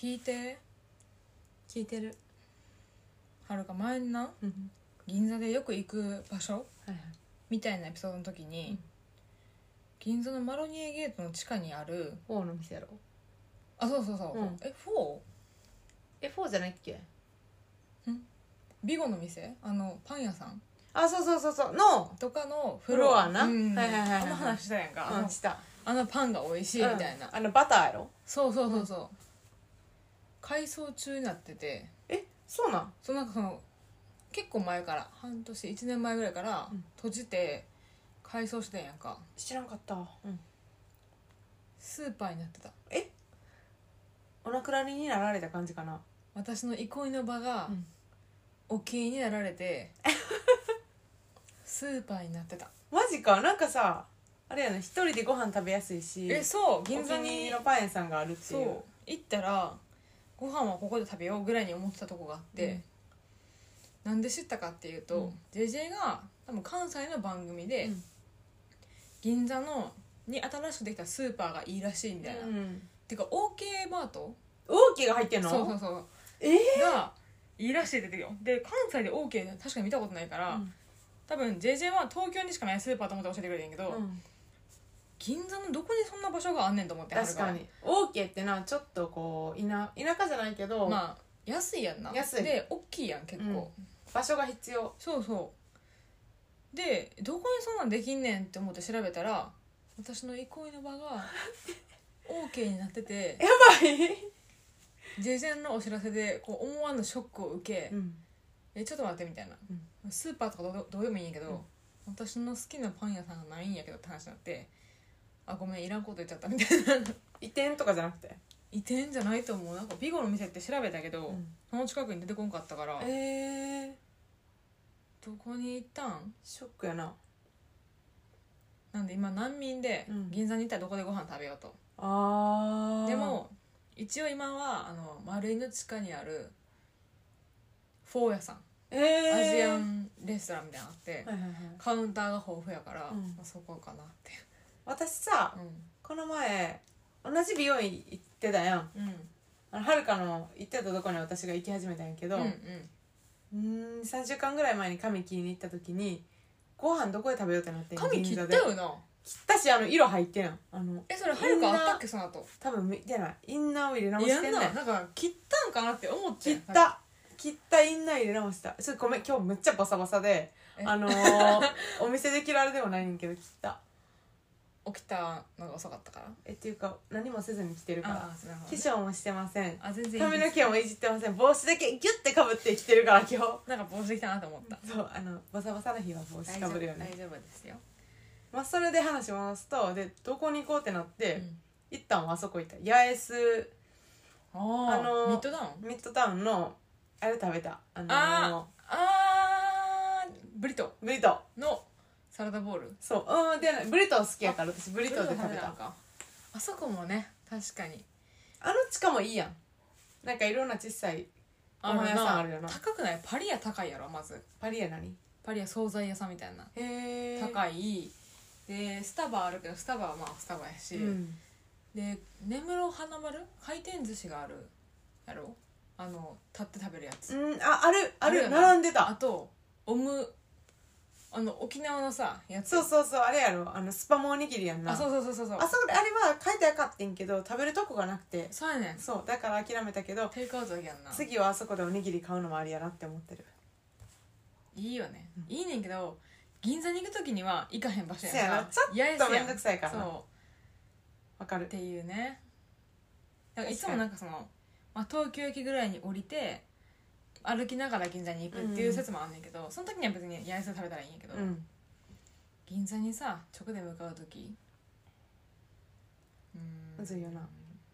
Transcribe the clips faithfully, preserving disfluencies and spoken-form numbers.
聞いて聞いてる。 はるか前になうん銀座でよく行く場所はいはいみたいなエピソードの時に、 うん銀座のマロニエゲートの地下にあるフォーの店やろ。 あそうそうそう、 うんえフォーえフォーじゃないっけ。 ビゴの店あのパン屋さんあそうそうそうそうのとかのフロアな、 うんはいはいはいはいあの話したやんか、あのうんしたあのパンが美味しいみたいな、 うんあのバターやろ。 そうそうそうそう、改装中になってて、 えそうなん。 そうなんかその結構前から半年いちねんまえぐらいからうん閉じて改装してんやんか。 知らんかった。うんスーパーになってた。 お亡くなりになられた感じかな。 私の憩いの場がうんお気になられてスーパーになってた。 マジか。なんかさあれやな、一人でご飯食べやすいし、 えそう銀銀座座ににのパン屋さんがあるってそういう。 行ったらご飯はここで食べようぐらいに思ってたとこがあって、なんで知ったかっていうと、 うんジェジェ が多分関西の番組で、 うん銀座のに新しくできたスーパーがいいらしいみたいな、 うんてか オーケー マートオーケーが入ってんの。 そうそうそうえがいいらしいって言ってるよ。で関西で オーケー 確かに見たことないから、 うん多分 ジェジェ は東京にしかないスーパーと思って教えてくれてんけど、 うん銀座のどこにそんな場所があんねんと思って確かにオーケーってなちょっとこう田田舎じゃないけど、 まあ安いやんな。 安いで大きいやん結構、 うん場所が必要。 そうそうでどこにそんなんできんねんって思って調べたら私の憩いの場が オーケー になっててやばい、 ジェジェンのお知らせでこう思わぬショックを受け、 うんえちょっと待ってみたいな、スーパーとかどうどうでもいいんやけど、 うん私の好きなパン屋さんがないんやけどって話になって、あごめんいらんこと言っちゃったみたいな移転とかじゃなくて、 移転じゃないと思う。なんかビゴの店って調べたけど、 うんその近くに出てこんかったから、 えー、 どこに行ったん。 ショックやな。 なんで今難民でうん銀座に行ったらどこでご飯食べようと、 あーでも一応今はあの丸井の地下にあるフォー屋さん、 えー、 アジアンレストランみたいなのがあって、 はいはいはい、 カウンターが豊富やから、 うんまあ、そこかなって私さ、 うこの前同じ美容院行ってたやん。 んうんあのはるかの行ってたとこに私が行き始めたんやけど、 うんうんうーんさんしゅうかんぐらい前に髪切りに行った時にご飯どこで食べようってなってん髪切っ銀座でたよな。 切ったし、あの色入ってんやん。あのえそれはるかあったっけその後。 多分見てない。インナーを入れ直いやしてんねん。 んななんか切ったんかなって思って切った切ったインナー入れ直した。ちょっとごめん今日むっちゃボサボサでえあのー、お店で切られでもないねんけど切った。 起きたのが遅かったから。 えっていうか何もせずに来てるから、 ああなるほど化ね、 粧もしてません。 あ全然いい髪ですの毛もいじってません。帽子だけギュッてかぶってきてるから今日。 なんか帽子できたなと思った。 そうあのボサボサの日は帽子かぶるよね。 大丈夫ですよ、 まあそれで話戻すと、でどこに行こうってなって、 うん、 一旦はあそこ行った。八重洲ああのーミッドダウンミッドタウンのあれ食べた。あのー、 ああーブリトブリトー。 のサラダボール。 そううんでブリトー好きやから私ブリトーで食べた。 んかあそこもね確かにあの地下もいいやん。なんかいろんな小さいご飯屋さんあるよな。 高くない？パリ屋高いやろ。まずパリや何？ パリ屋惣菜屋さんみたいなへえ。 高いでスタバあるけどスタバはまあスタバやし、 うん。 で根室花丸回転寿司があるやろ。あの立って食べるやつ、 うん、ああるあるよな並んでた。 あとオムあの沖縄のさやつ。 そうそうそうあれやろ。あのスパムおにぎりやんな。 あそうそうそうそうそうあそこであれは買いたいかってんけど食べるとこがなくて、 そうやねん。 そうだから諦めたけどテイクアウトだけやんな。 次はあそこでおにぎり買うのもありやなって思ってる。 いいよね、いいねんけど銀座に行く時には行かへん場所やんせやなか。 ちょっと八重洲やんめんどくさいからな。 そわかるうっていうね。だからいつもなんかその、まあ、東京駅ぐらいに降りて歩きながら銀座に行くっていう説もあんねんけど、その時には別に八重洲食べたらいいんやけど、 うん銀座にさ直で向かう時うーんむずいよな。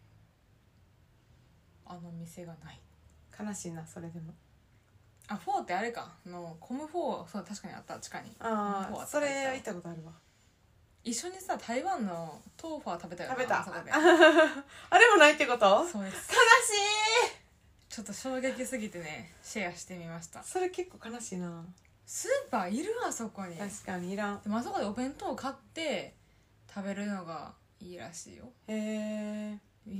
あの店がない。 悲しいなそれでも。 あフォーってあれかのコムフォー。そう確かにあった地下に。 ああコムフォーったそれ行ったことあるわ。 一緒にさ台湾のトーファー食べたよな。 食べたあそこであれもないってこと？悲しい。 そうです。ちょっと衝撃すぎてねシェアしてみました。 それ結構悲しいな。 スーパーいるあそこに。で確かにいらん。 もあそこでお弁当買って食べるのがいいらしいよ。 へえ。 言うてスー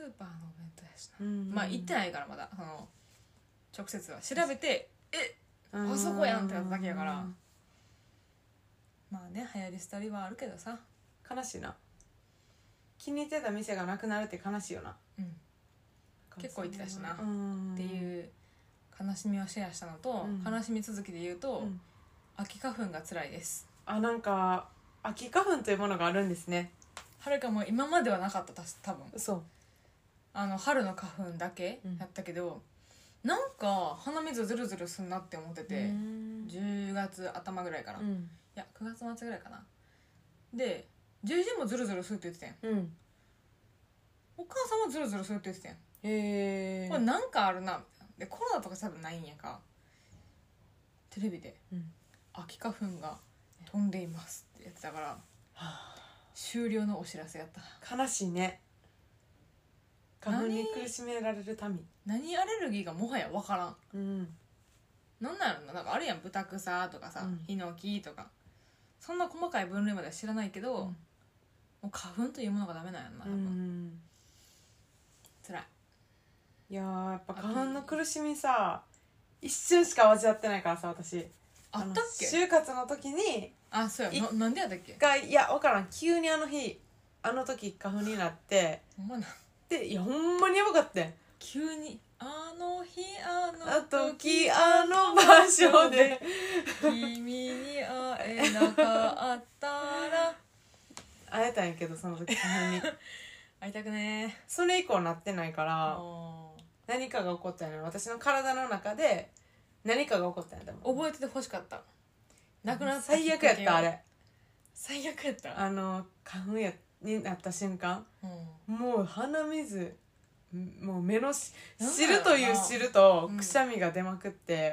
ーパーのお弁当やしな、 うんまあ行ってないからまだその直接は調べてえうんあそこやんってやっただけやから、まあね流行り廃りはあるけどさ、 悲しいな。気に入ってた店がなくなるって悲しいよな。 うん、結構行ってたしな、 うんっていう悲しみをシェアしたのと、 うん悲しみ続きで言うと、 うん秋花粉が辛いです。 あ、なんか秋花粉というものがあるんですね。 はるかも今まではなかったたし多分そうあの春の花粉だけやったけど、うん、なんか鼻水ズルズルすんなって思ってて、じゅうがつ頭ぐらいかな、いうんやくがつ末ぐらいかな。でじゅういちもズルズルするって言ってたやん。 うんお母さんもズルズルするって言ってたやん。 へえこれなんかあるなみたいな。でコロナとか多分ないんやんか。テレビで、 うん、 秋花粉が飛んでいますってやってたから、はあ、終了のお知らせやった。 悲しいね。花粉に苦しめられる民。 何アレルギーがもはや分からん。 うんなんなんやろな、なんかあるやん、ブタクサとかさ、 うんヒノキとかそんな細かい分類までは知らないけど、 うんもう花粉というものがダメなんやんな、 うやっぱん辛い。 いやーやっぱ花粉の苦しみさ一瞬しか味わってないからさ、私あったっけ。 就活の時にあ、そうやな、なんでやったっけ。 がいや分からん、急にあの日あの時花粉になってほんまな、 でいやほんまにやばかったん。 急にあの日ああの時あの場所で君に会えなかったら会えたんやけど、その時花粉に会いたくねそれ以降なってないかー。 らあ何かが起こったんやろ、私の体の中で何かが起こったんやと思う。 覚えててほしかった。なくなった最悪やったあれ。 最悪やった。 あの花粉やになった瞬間、 うん、 もう鼻水、もう目のしなんだろうな汁という汁とうんくしゃみが出まくって、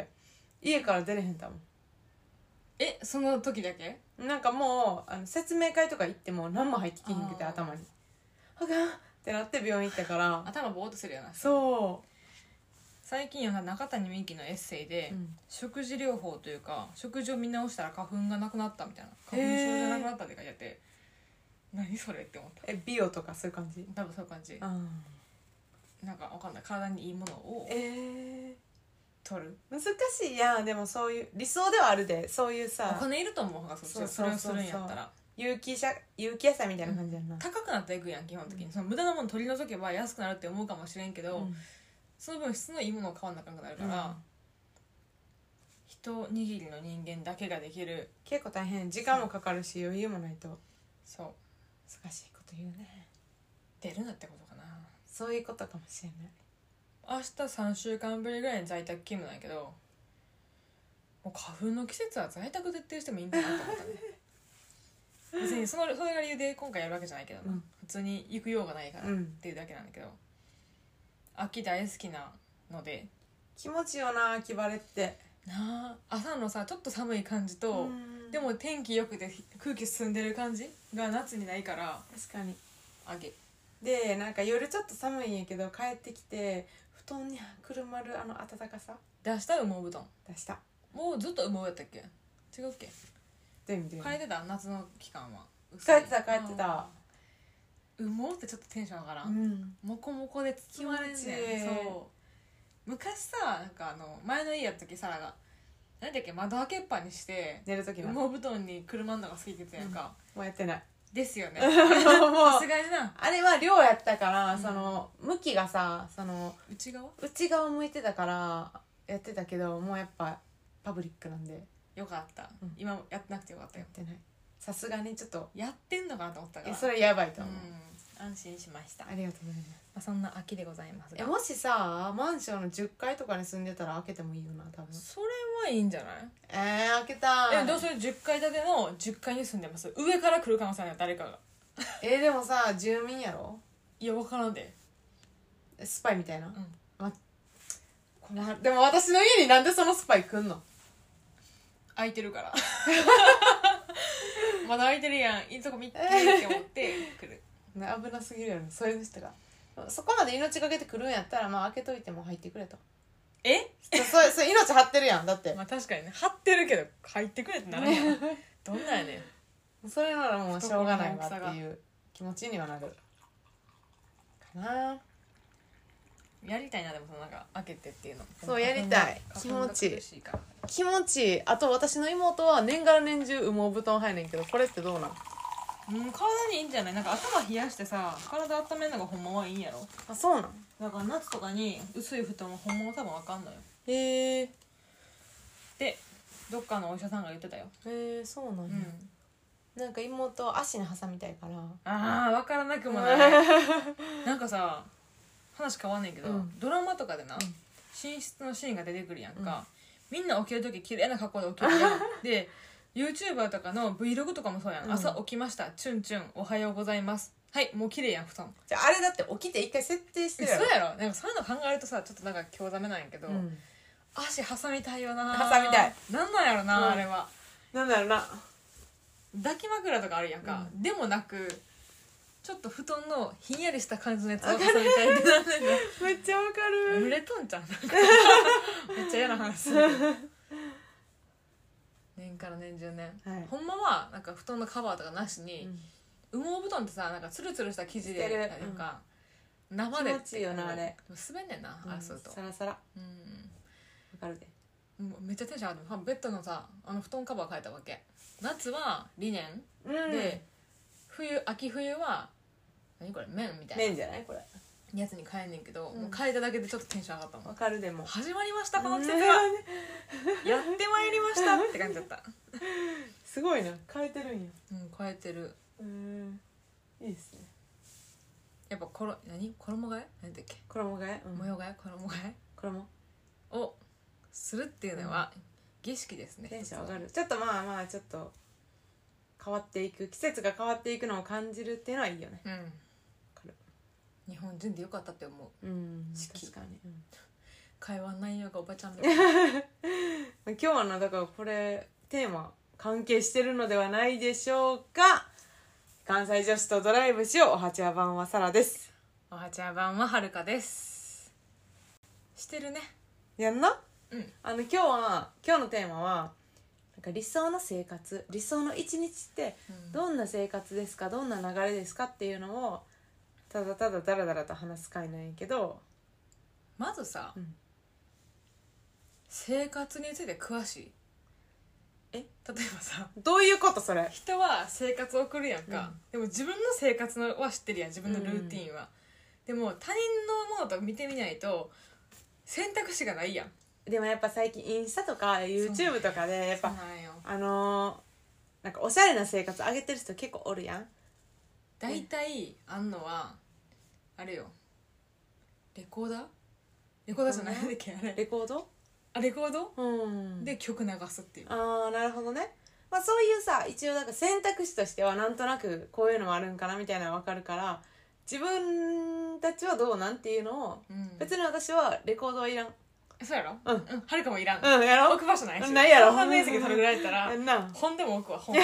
家から出れへんたもえその時だけ。 ん。なんかもうあの説明会とか行っても何も入ってきへんくて、 あー頭にあかんってなって病院行ったから頭ボーっとするよな。 そ最近は中谷美紀のエッセイで、 う、うん、 食事療法というか食事を見直したら花粉がなくなったみたいな、花粉症じゃなくなったって書いてあって、何それって思った。 え美容とかそういう感じ。 多分そういう感じ。 あなんかわかんない、体にいいものをえ取る。 ー、難しいやん。でもそういう理想ではあるで、そういうおさ金いると思うがそっちは。そそうそうそうそうれをするんやったら有機社有機野菜みたいな感じやんな、 高くなっていくやん基本的に。その無駄なもの取り除けば安くなるって思うかもしれんけど、 うんその分質のいいものを買わなあかんくなるから、 うん一握りの人間だけができる。 結構大変、時間もかかるし余裕もないとそう難しいこと言うね。 出るなってことかな。 そういうことかもしれない。 明日さんしゅうかんぶりぐらいに在宅勤務なんやけど、もう花粉の季節は在宅徹底してもいいんだなと思ったね別にそのそれが理由で今回やるわけじゃないけどな、 うん普通に行く用がないからっうんていうだけなんだけど、秋大好きなので気持ちよな秋晴れって。 なあ、朝のさちょっと寒い感じと、 うんでも天気良くて空気澄んでる感じが夏にないから確かに。 あげ。 でなんか夜ちょっと寒いんやけど帰ってきて布団にくるまるあの暖かさ出した羽毛布団。 出した。 もうずっと羽毛やったっけ。違うっけ。 どういう意味で変えてた夏の期間は。 変えてた変えてた。 あー羽毛ってちょっとテンション上がらん、 うんモコモコで包まれんねん。 気持ちいいそう昔さなんかあの前の家やった時サラが何だっけ窓開けっぱにして寝る時の羽毛布団にくるまんのが好きって言ってたやんか、 もうやってないですよねもうさすがにな。 あれは寮やったから、 うんその向きがさその内側内側向いてたからやってたけど、もうやっぱパブリックなんでよかった、 うん今やってなくてよかったよ。 やってない。さすがにちょっとやってんのかなと思ったからえそれやばいとうん思う、 安心しました。 ありがとうございます。 まあ、そんな秋でございますが、 えもしさマンションのじゅっかいとかに住んでたら開けてもいいよな多分。 それはいいんじゃない。 えー、開けたい。 えどうするじゅっかい建てのじゅっかいに住んでます。上から来る可能性あるよ誰かが。 えー、でもさ住民やろ、 いや分からんで。 スパイみたいな、 んま、困る。でも私の家になんでそのスパイ来んの。 空いてるからまだ空いてるやんいいとこ見てって思って来る。 ね危なすぎるやろそういう人が。そこまで命かけて来るんやったらまあ開けといても入ってくれと。 えそそそ命張ってるやんだって、 まあ確かにね張ってるけど入ってくれってなるやんどんなんやねん。 それならもうしょうがないわっていう気持ちにはなるかな。 やりたいな。でもそのなんか開けてっていうのそうやりたい。 花粉が気持ちいい苦しいから気持ちいい。あと私の妹は年がら年中羽毛布団入んねんけど、これってどうなん？ うん、体にいいんじゃない？なんか頭冷やしてさ体温めるのがほんまはいいんやろ。 あ、そうなん？ だから夏とかに薄い布団はほんまは多分あかんのよへえでどっかのお医者さんが言ってたよ。 へえ、そうなんや、 うんなんか妹は足に挟みたいから。 あー分からなくもないなんかさ話変わんねんけど、 うんドラマとかでな、 ん寝室のシーンが出てくるやんか、みんな起きる時綺麗な格好で起きるやんで YouTuber とかの Vlog とかもそうやん、 うん朝起きましたチュンチュンおはようございますはいもう綺麗やん布団。 じゃああれだって起きて一回設定してるやろ。 そうやろ。なんかそういうの考えるとさちょっとなんか興ざめなんやけど、 うん、 足挟みたいよな。 挟みたい。 なんなんやろな、 うんあれは。 なんだろうな。 抱き枕とかあるやんか、でもなくちょっと布団のひんやりした感じのやつを挟みたいってなんねんな。 めっちゃわかる。 濡れとんじゃんなんかめっちゃ嫌な話するけど年から年中ね、 はい、 ほんまはなんか布団のカバーとかなしに、羽毛布団ってさなんかツルツルした生地でなんか、うん、生で気持ちいいよなあれ。 でも滑んねんな、 うん、 あれするとサラサラ。 うんわかるで。 もうめっちゃテンション上がる。ベッドのさあの布団カバー変えたわけ。夏はリネン、 うん、 で冬秋冬は何これ綿みたいな綿じゃないこれやつに変えんねんけど、 うん、 もう変えただけでちょっとテンション上がったもん。 わかるでも始まりましたこの季節はやってまいりましたって感じだったすごいな変えてるんや。 うん変えてる。 うんいいですね。 やっぱころ何衣替え何だっけ、 衣替え、うん、 模様替え衣替え衣をするっていうのは儀式ですね。 テンション上がる。ちょっとまあまあちょっと変わっていく季節が変わっていくのを感じるっていうのはいいよね。 うん日本人でよかったって思う。 うん四季確かに、うん、 会話内容がおばちゃんみたい今日はなだからこれテーマ関係してるのではないでしょうか。関西女子とドライブしよう。おはちゃ版はサラです。 おはちゃ版ははるかです。してるね。 やんな。 うんあの今日は今日のテーマはなんか理想の生活理想の一日ってどんな生活ですか、どんな流れですかっていうのをただただダラダラと話す回なんやけど、 まずさ、 うん、 生活について詳しい？ え例えばさどういうことそれ。 人は生活を送るやんか、 うん、 でも自分の生活のは知ってるやん自分のルーティンは、うん、でも他人のものとか見てみないと選択肢がないやん。 でもやっぱ最近インスタとか YouTube とかでやっぱそうなんよ。 あのー、なんかおしゃれな生活上げてる人結構おるやん。 大体あんのはあれよレコーダーレコーダーじゃないんだっけあれレコードあレコード、 うん、 で曲流すっていう。 ああなるほどね。まあそういうさ一応なんか選択肢としてはなんとなくこういうのもあるんかなみたいなの分かるから自分たちはどうなんっていうのを、 うん、 別に私はレコードはいらん。 そうやろ。 うん、 うん、はるかもいらん。 うんやろ。 置く場所ないし。 ないやろ。 半面積取るぐらいだったらやんな。 本でも置くわ本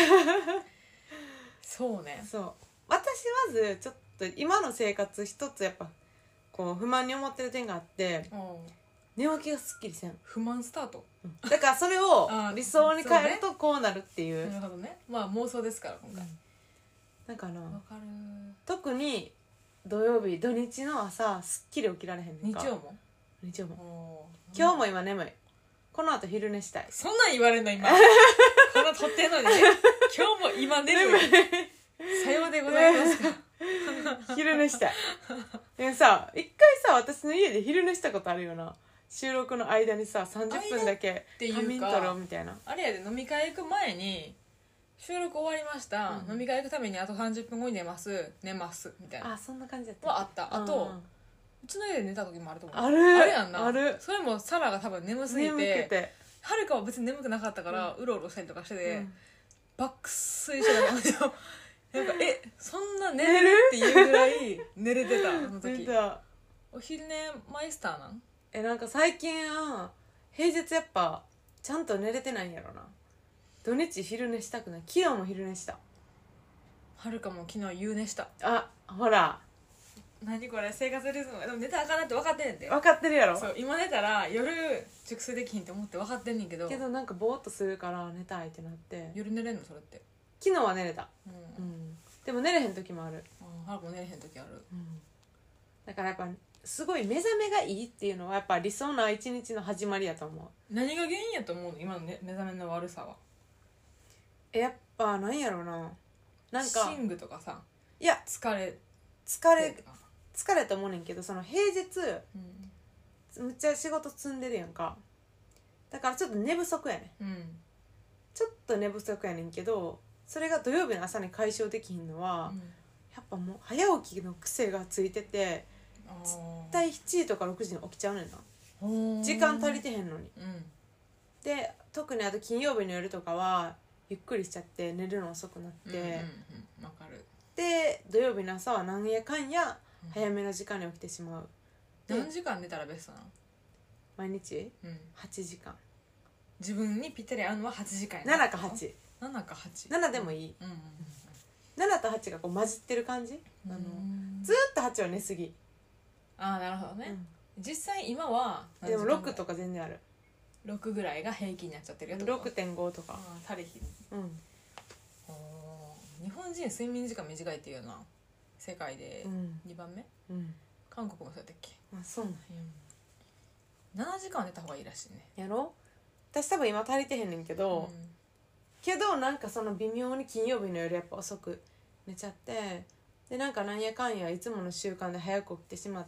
そうね。 そう私まずちょっと今の生活一つやっぱこう不満に思ってる点があって、寝起きがすっきりせん。 不満スタート、 うん、だからそれを理想に変えるとこうなるっていう。 なるほどね。まあ妄想ですから今回、 うん、なんかなわかる。 特に土曜日土日の朝すっきり起きられへんねんか。 日曜も日曜も今日も今眠い。この後昼寝したい。 そんなん言われんの今こんな撮ってんのに今日も今眠いさようでございますか昼寝したい。でさ一回さ私の家で昼寝したことあるよな。収録の間にささんじゅっぷんだけ仮眠取ろうみたいな。 あれやで飲み会行く前に収録終わりました、うん、飲み会行くためにあとさんじゅっぷんごに寝ます寝ますみたいな。 あそんな感じだったはあった。あと、 うん、 うちの家で寝た時もあると思う。 あるあるやんな。 ある。 それもサラが多分眠すぎて眠くてはるかは別に眠くなかったから、うん、うろうろしたりとかしてて、うん、爆睡してたんですよなんかえそんな寝れるっていうぐらい寝れてたあの時。お昼寝マイスターなん？ えなんか最近平日やっぱちゃんと寝れてないんやろな。土日昼寝したくない。昨日も昼寝した。 はるかも昨日夕寝した。 あほら何これ生活リズム。でも寝たらあかんなって分かってんねんて。 分かってるやろ。 そう今寝たら夜熟睡できひんって思って分かってんねんけどけどなんかボーっとするから寝たいってなって夜寝れんのそれって。 昨日は寝れた、 うんうん、でも寝れへん時もある。 はるかも寝れへん時ある、 うん、だからやっぱすごい目覚めがいいっていうのはやっぱ理想な一日の始まりやと思う。 何が原因やと思うの今の、ね、目覚めの悪さは。 えやっぱなんやろうな、なんか寝具とかさ、 いや疲れ疲れ疲れと思うねんけど、その平日うんむっちゃ仕事積んでるやんか、だからちょっと寝不足やねん、 うんちょっと寝不足やねんけど、それが土曜日の朝に解消できひんのは、 うんやっぱもう早起きの癖がついてて絶対しちじとかろくじに起きちゃうねんな、時間足りてへんのに。 うんで特にあと金曜日の夜とかはゆっくりしちゃって寝るの遅くなって、 うんうんうん、わかる。 で土曜日の朝はなんやかんや早めの時間に起きてしまう。 何時間寝たらベストなの？ 毎日うん、 はちじかん、 自分にぴったり合うのははちじかんやななかはち、 ななかはち、 ななでもいい、 うんうんななとはちがこう混じってる感じ、 うん、 あのうんずーっとはちは寝すぎ、 ああなるほどね、 う実際今はん、でもろくとかか全然ある、 ろくぐらいが平均になっちゃってるよとかろくてんご とか、 ああ足りひん。 うんおー日本人睡眠時間短いっていうな、世界でうんにばんめ、 うん韓国もそうやったっけ、 まあそうなんななじかんは寝た方がいいらしいね。 やろ、私多分今足りてへんねんけど、 うんけどなんかその微妙に金曜日の夜やっぱ遅く寝ちゃって、でなんかなんやかんやいつもの習慣で早く起きてしまって、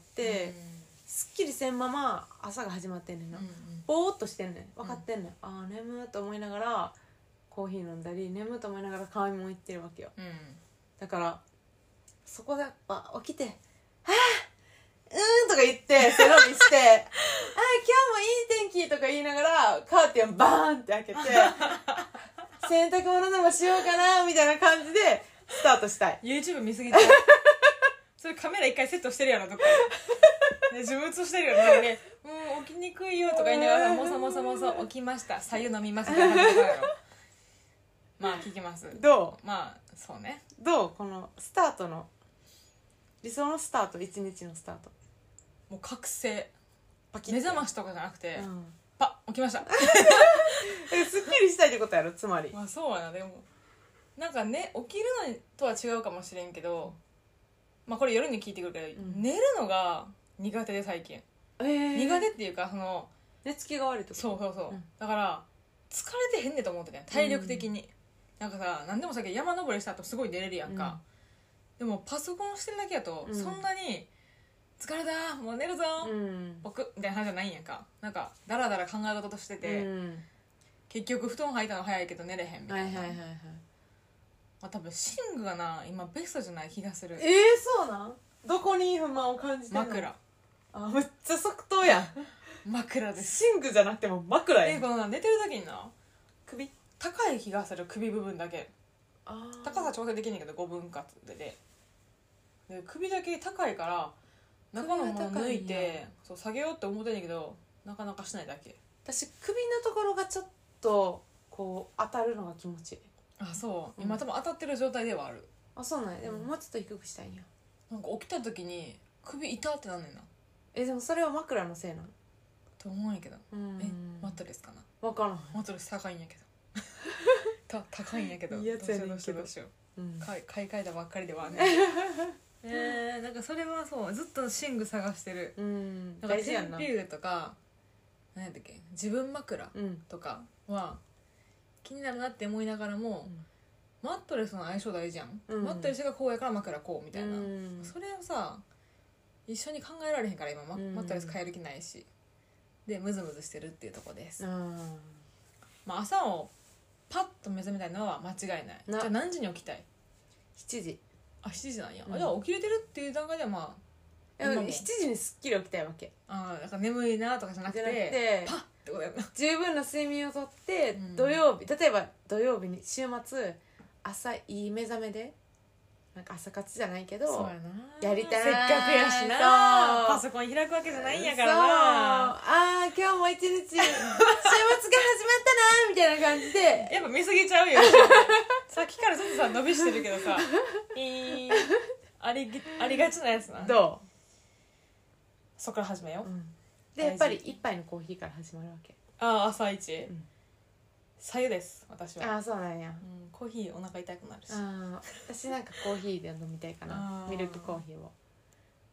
すっきりせんまま朝が始まってんねんな、 うんうんぼーっとしてんねん、分かってんねん、ああ眠ーと思いながらコーヒー飲んだり眠ーと思いながら買い物行ってるわけよ。 うんだからそこでやっぱ起きて「はあうーん」とか言って背伸びして「ああ今日もいい天気」とか言いながらカーテンをバーンって開けて洗濯物でもしようかなみたいな感じでスタートしたい。 YouTube 見すぎてそれカメラ一回セットしてるやろどっかで、ね、自分映してるよね、ね、うん起きにくいよとか言いながらもさもさもさ起きました白湯飲みますみたいな感じだやろまあ聞きます。 どまあそうね、 うどうこのスタートの理想のスタート、一日のスタート、 もう覚醒、 パキッ目覚ましとかじゃなくて、 うん、 パッ起きましたえすっきりしたいってことやろ、つまり。 まあそうやな。でもなんかね起きるのとは違うかもしれんけど、まあこれ夜に聞いてくるけど、 うん寝るのが苦手で最近、 えー、 苦手っていうかその寝つきが悪いってこと。 そうそうそう、 うんだから疲れてへんねんと思ってね、体力的に、なんかさ何でもさっき山登りした後すごい寝れるやんか、でもパソコンしてるだけやと、 うんそんなに疲れたもう寝るぞ、 うん僕みたいな話じゃないんやんか。なんかダラダラ考え事としてて、 うん結局布団履いたの早いけど寝れへんみたな、 はいいはいはいはい。 まあ、多分寝具がな今ベストじゃない気がする。 えー、そうなん？どこに不満を感じてんの？ 枕あ、めっちゃ即答やん。 枕です寝具じゃなくても枕やん。 えこのな寝てる時にな首？ 高い気がする、首部分だけ。 あー高さ調整できんねんけどごぶん割ででで首だけ高いから中のもの抜い首は高いんやてそう下げようって思ってんねんけどなかなかしないだけ。 私首のところがちょっとこう当たるのが気持ちいい。 あそう、 うん今多分当たってる状態ではある。 あ、そうなんや。でももうちょっと低くしたいんや。 なんか起きた時に首痛ってなんねんなえ、でもそれは枕のせいなの？ と思うんやけど、 うんえマットレスかな。 分からん。 マットレス高いんやけどた高いんやけどいいやつやねんけどどうしようどうしようどうしよううん買い買い替えたばっかりではねえー、なんかそれはそうずっと寝具探してる。 うんなんか大事やんな。 テンピューとか何やったっけ自分枕うんとかは気になるなって思いながらも、 うんマットレスの相性大事やん、 うんマットレスがこうやから枕こうみたいな、 うんそれをさ一緒に考えられへんから今マ,、 うんマットレス変える気ないしでムズムズしてるっていうとこです、 うんまあ、朝をパッと目覚めたいのは間違いない。じなゃあ何時に起きたい？ しちじ。 あしちじなんや、 うんあじゃあ起きれてるっていう段階ではまあでも今もしちじにすっきり起きたいわけあなんか眠いなとかじゃなくてじゃなくてパッってことやな。 十分な睡眠をとってうん土曜日、例えば土曜日に週末朝いい目覚めでなんか朝活じゃないけどそうやなやりたいせっかくやしなそうパソコン開くわけじゃないんやからそうな。 あー今日も一日週末が始まったなみたいな感じでやっぱ見すぎちゃうよさっきからちょっとさ伸びしてるけどさいーありありがちなやつな。 どそっから始めよう、 う、 うん、でやっぱり一杯のコーヒーから始まるわけ。 ああ朝一んさゆです私は。 ああそうなんや。 うん、コーヒーお腹痛くなるしあー私なんかコーヒーで飲みたいかなあーミルクコーヒーを。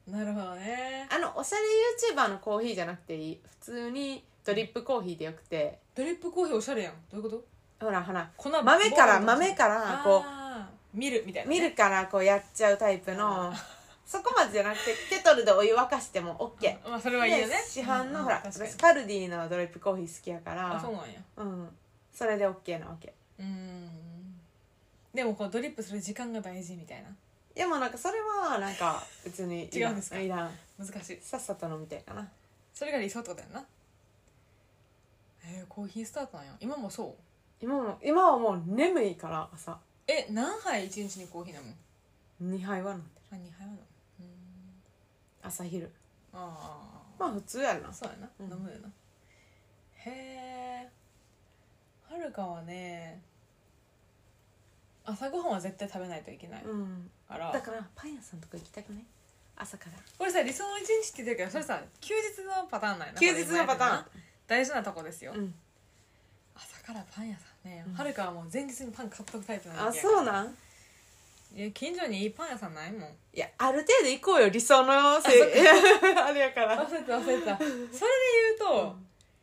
なるほどね。 あのおしゃれ YouTuber のコーヒーじゃなくていい、普通にドリップコーヒーでよくて、 ドリップコーヒーおしゃれやん。どういうこと？ ほらほら粉豆から豆からこう見るみたいな、ね、 見るからこうやっちゃうタイプのそこまでじゃなくてケトルでお湯沸かしても OK、 まあそれはいいよね。 市販の、 うん、 ほら私カルディのドリップコーヒー好きやから、 あそうなんや、 うん、それで OK なわけ。 うん、でもこうドリップする時間が大事みたいな。 でもなんかそれはなんか別に違うんですか？ いらん、 難しい。 さっさと飲みたいかな。 それが理想ってことやんな。えー、コーヒースタートなんや。今もそう？ 今も今はもう眠いから朝え何杯一日にコーヒー飲む？ にはいは飲んでる。 あにはいは飲む。うん朝昼。 ああまあ普通やな。 そうやな、 うん、 飲むよな。へえ。はるかはね朝ごはんは絶対食べないといけない、 うん、 から。 だからパン屋さんとか行きたくない？朝から。 これさ理想の一日って言ってるけどそれさ休日のパターンなんやな。 休日のパターン大事なとこですよ、 うん、 朝からパン屋さんね、 うん、 はるかはもう前日にパン買っとくタイプなんあ、そうなん？ いや近所にいいパン屋さんないもん。 いやある程度行こうよ理想のせいあれやから忘れた忘れたそれで言うと、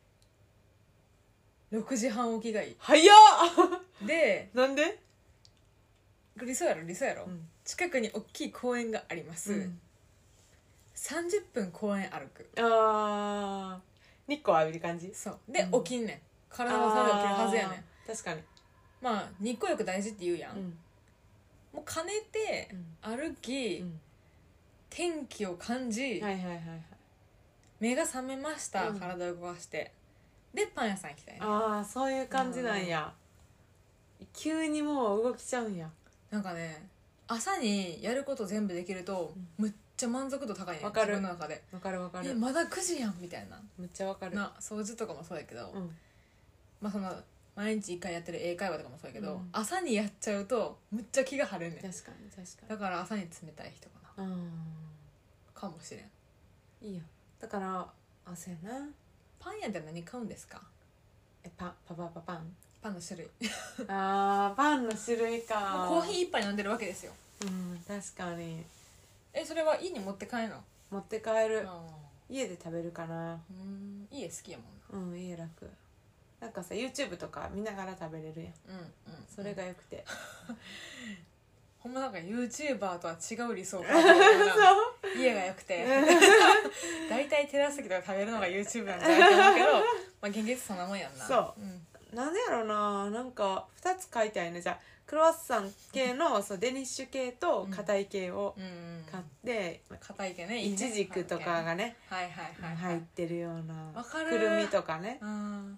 うん、ろくじはん起きがいい。 早っでなんで？ 理想やろ理想やろ、 うん、 近くに大きい公園があります、うん、さんじゅっぷん公園歩く。 あー日光浴びる感じ。 そうで、うん、起きんねん。体のため起きるはずやねん。 確かにまあ日光浴大事って言うやん、うん、もう兼ねて歩き、うん、天気を感じ、はいはいはいはい、目が覚めました、うん、体を動かしてでパン屋さん行きたいね。 ああそういう感じなんや、うん、急にもう動きちゃうんや。 なんかね朝にやること全部できると、うん、むっちゃ満足度高いねん。 わかる自分の中で。 わかるわかる。 えまだくじやんみたいな。 むっちゃわかるな掃除とかもそうやけど、うん、まあその毎日いっかいやってる英会話とかもそうやけど、うん、朝にやっちゃうとむっちゃ気が晴れんねん。 確かに確かに。 だから朝に冷たい人かな、うん、かもしれん。 いいよ。だからあそうやな。 パン屋で何買うんですか？ えパパパパパンパンの種類あーパンの種類か。 コーヒー一杯飲んでるわけですよ。 うん確かに。 えそれは家に持って帰るの？持って帰る。家で食べるかな。 うん家好きやもんな。うん家楽。なんかさ YouTube とか見ながら食べれるやん、うんうん、それがよくてほんまなんか YouTuber とは違う理想が家がよくてだいたいテラス席とか食べるのが YouTube なんじゃないと思うけどまあ現実そんなもんやんな。 そう、うん、なんでやろうな。なんかふたつ買いたいね。じゃあクロワッサン系のそうデニッシュ系と硬い系を買って硬、うんうん、い系ねいちじくとかがね、 はいはいはいはい、 入ってるようなわかる。 くるみとかね、 うん、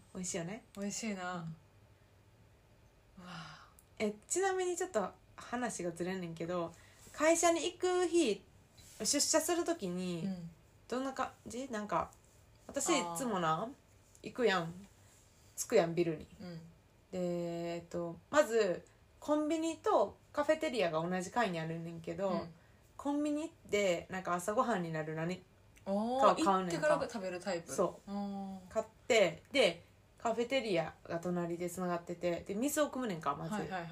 美味しいよね。 美味しいな、うん、わえちなみにちょっと話がずれんねんけど会社に行く日出社するときにどんな感じ？なんか私いつもな行くやん着くやんビルに、うん、でえっとまずコンビニとカフェテリアが同じ階にあるねんけど、うん、コンビニってなんか朝ごはんになる何かを買うねんか。行ってから食べるタイプ。 そう買ってでカフェテリアが隣でつながっててで水を汲むねんかまず、はいはいはいはい、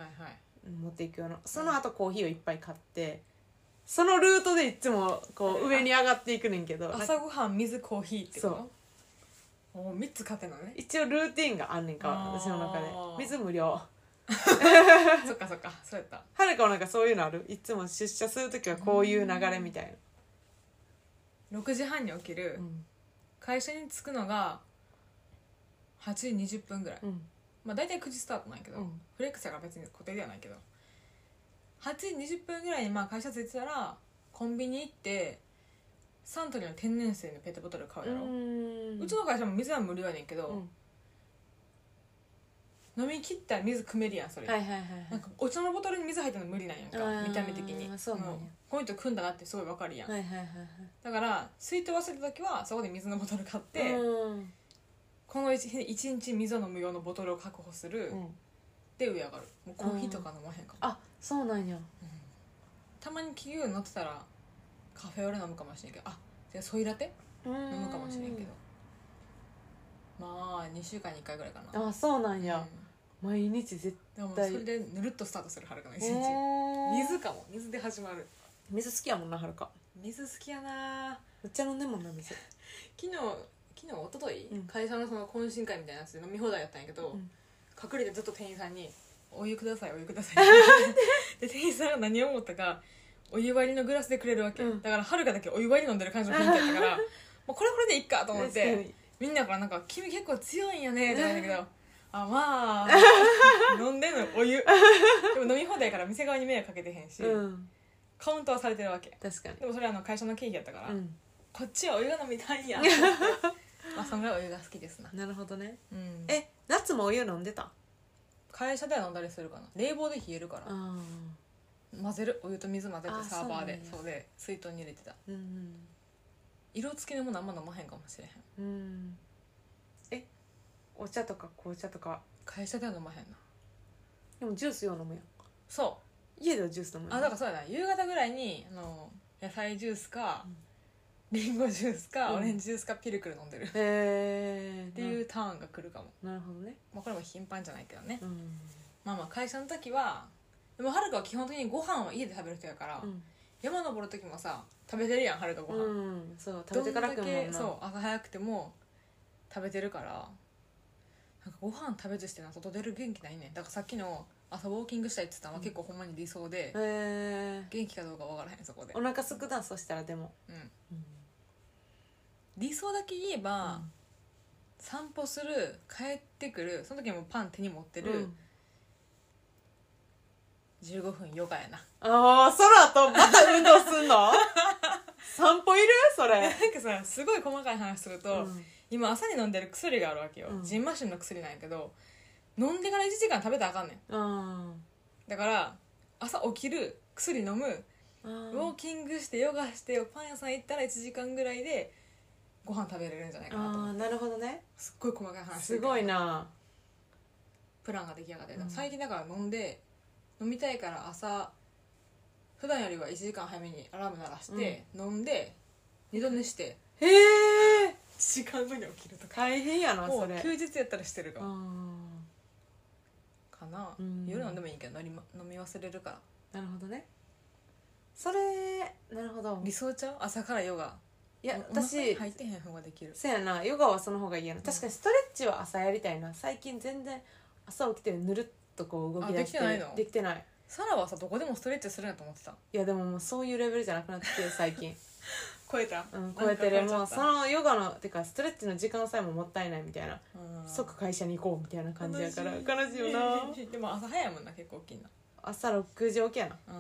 持っていくような。その後コーヒーをいっぱい買ってそのルートでいつもこう上に上がっていくねんけど朝ごはん水コーヒーってこと？そうおみっつ買ってんのね。 一応ルーティンがあんねんか私の中で。水無料そっかそっかそうやった。 はるかはなんかそういうのある？いつも出社するときはこういう流れみたいな。 ろくじはんに起きる、うん、会社に着くのがはちじにじゅっぷんぐらい、うん、まあ大体くじスタートなんやけど、うん、フレックスだから別に固定ではないけどはちじにじゅっぷんぐらいにまあ会社着いてたらコンビニ行ってサントリーの天然水のペットボトル買うやろ。 う, うちの会社も水は無料やねんけど、うん、飲み切ったら水汲めるやんそれ、はいはいはいはい、なんかお茶のボトルに水入ったの無理なんやんか見た目的に。そうなんや。こういう人汲んだなってすごい分かるやん、はいはいはいはい、だから水筒忘れた時はそこで水のボトル買って、うん、この 1, 一日水を飲む用のボトルを確保する、うん、で上上がる。もうコーヒーとか飲まへんかも、うん、あそうなんや、うん、 たまに企業に乗ってたらカフェオレ飲むかもしれんけどあじゃあソイラテ飲むかもしれんけどまあにしゅうかんにいっかいぐらいかな。 あそうなんや、うん、毎日絶対。 でもそれでぬるっとスタートするはるかの一日。水かも水で始まる。 水好きやもんなはるか。 水好きやな。 めっちゃ飲んでんもんな水。 昨日昨日一昨日、 うん会社のその懇親会みたいなやつで飲み放題やったんやけど、うん、隠れてずっと店員さんに「お湯くださいお湯ください」で店員さんが何を思ったかお湯割りのグラスでくれるわけ、うん、だからはるかだけお湯割り飲んでる感じの雰囲気やったからもうこれこれでいっかと思ってみんなからなんか「君結構強いんやね」って言うんだけどあまあ飲んでんのお湯でも飲み放題から店側に迷惑かけてへんし、うん、カウントはされてるわけ。 確かに。 でもそれはあの会社の経費やったから、うん、こっちはお湯が飲みたいんやまあそんぐらいお湯が好きですな。 なるほどね、 うん、 え夏もお湯飲んでた？ 会社では飲んだりするかな。冷房で冷えるから混ぜる、お湯と水混ぜてサーバーでそうで水筒に入れてた、うんうん、色付きのものあんま飲まへんかもしれへん、うん、 えお茶とか紅茶とか会社では飲まへんな。 でもジュースよう飲むやん。 そう家ではジュース飲むやん。 あだからそうやな夕方ぐらいにあの野菜ジュースか、うんリンゴジュースか、うん、オレンジジュースかピルクル飲んでるへーっていうターンが来るかも。 なるほどね、 まあ、これも頻繁じゃないけどね、うん、まあまあ会社の時はでもはるかは基本的にご飯は家で食べる人やから、うん、山登る時もさ食べてるやんはるかご飯、うん、そう食べてから来るもんな。どんだけそう朝早くても食べてるからなんかご飯食べずしてな外出る元気ないねん。だからさっきの朝ウォーキングしたいって言ったのは結構ほんまに理想で、うん、元気かどうか分からへんそこで。 お腹すくなそしたらでもうん、うん理想だけ言えば、うん、散歩する帰ってくるその時もパン手に持ってる、うん、じゅうごふんヨガやな。 ああその後また運動すんの散歩いるそれ。 なんかさすごい細かい話すると、うん、今朝に飲んでる薬があるわけよ、うん、ジンマシンの薬なんやけど飲んでからいちじかん食べたらあかんねん、うん、だから朝起きる薬飲むウォーキングしてヨガしてパン屋さん行ったらいちじかんぐらいでご飯食べれるんじゃないかなと思って。 あーなるほどね。 すっごい細かい話すごいな。 プランが出来上がってる、うん、最近だから飲んで飲みたいから朝普段よりはいちじかん早めにアラーム鳴らして、うん、飲んで二度寝してへえいちじかんごに起きるとか大変やなそれ。 もう休日やったらしてるかかな、うん、夜飲んでもいいけど飲み忘れるから。 なるほどね。それなるほど。 理想ちゃう朝からヨガ。 いや私入ってへん方ができる。 そうやなヨガはその方がいいやな、うん、確かにストレッチは朝やりたいな。最近全然朝起きてぬるっとこう動き出して。 できてないの？ できてない。 サラはさどこでもストレッチするんやと思ってた。 いやでももうそういうレベルじゃなくなって最近超えた、 うん、超えてる。もうそのヨガのてかストレッチの時間さえももったいないみたいな、即会社に行こうみたいな感じやから悲しいよなでも朝早いもんな結構起きんな。 朝ろくじ起きやな、うん、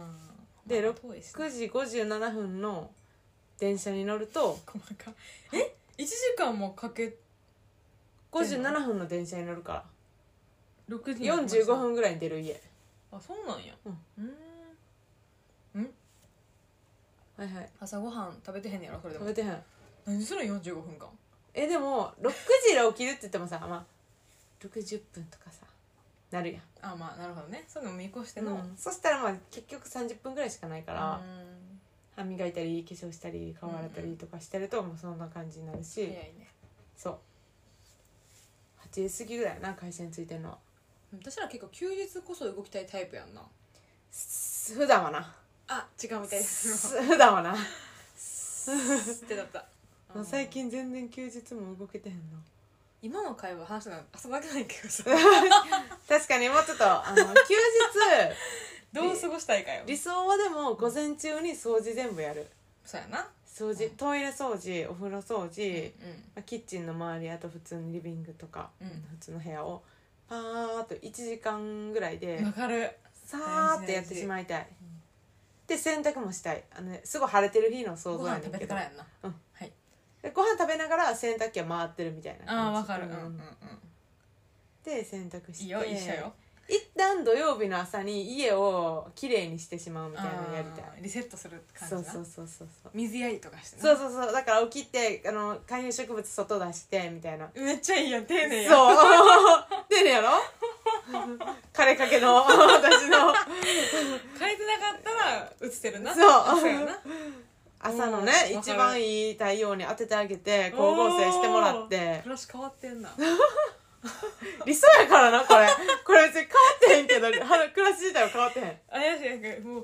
でろくじごじゅうななふんの電車に乗ると細かえいちじかんもかけごじゅうななふんの電車に乗るからろくじよんじゅうごふんぐらいに出る家。 あそうなんや。うんうんんはいはい。 朝ごはん食べてへんねやろそれでも。 食べてへん。 何するんよんじゅうごふんかん。 えでもろくじで起きるって言ってもさまあろくじゅっぷんとかさなるやん。 あまあなるほどね。そういうのも見越しての、うん、 そしたらまあ結局さんじゅっぷんぐらいしかないから歯磨いたり化粧したり顔洗ったりとかしてるともうそんな感じになるし、 早いね。 そうはちじ過ぎぐらいな会社に着いてるのは。 私ら結構休日こそ動きたいタイプやんな。 普段はなあ違うみたいです普段はなってだった最近全然休日も動けてへんな。 今の会話話したの朝だけないけどさ確かにもうちょっとあの休日どう過ごしたいかよ。 理想はでも午前中に掃除全部やる。 そうやな。 掃除、うん、トイレ掃除お風呂掃除、うんうん、キッチンの周りあと普通にリビングとか、うん、普通の部屋をパーッといちじかんぐらいでわかるさーってやってしまいたい、うん、で洗濯もしたい。あの、ね、すごい晴れてる日の想像やねんけどご飯食べてからやんな、うんはい、でご飯食べながら洗濯機は回ってるみたいな感じ。 あーわかる、うんうんうん、 で洗濯していいよ一緒よ。 一旦土曜日の朝に家をきれいにしてしまうみたいなのやりたい。 リセットする感じな。 そうそうそうそうそう水やりとかしてな。 そうそうそうだから起きてあの観葉植物外出してみたいな。 めっちゃいいやん丁寧やん。 そう丁寧やろ枯れかけの私の枯れてなかったら映ってるな。 そうそうやな。朝のね一番いい太陽に当ててあげて光合成してもらって暮らし変わってんな理想やからなこれこれ別に変わってへんけど暮らし自体は変わってへん。 怪しいけどもう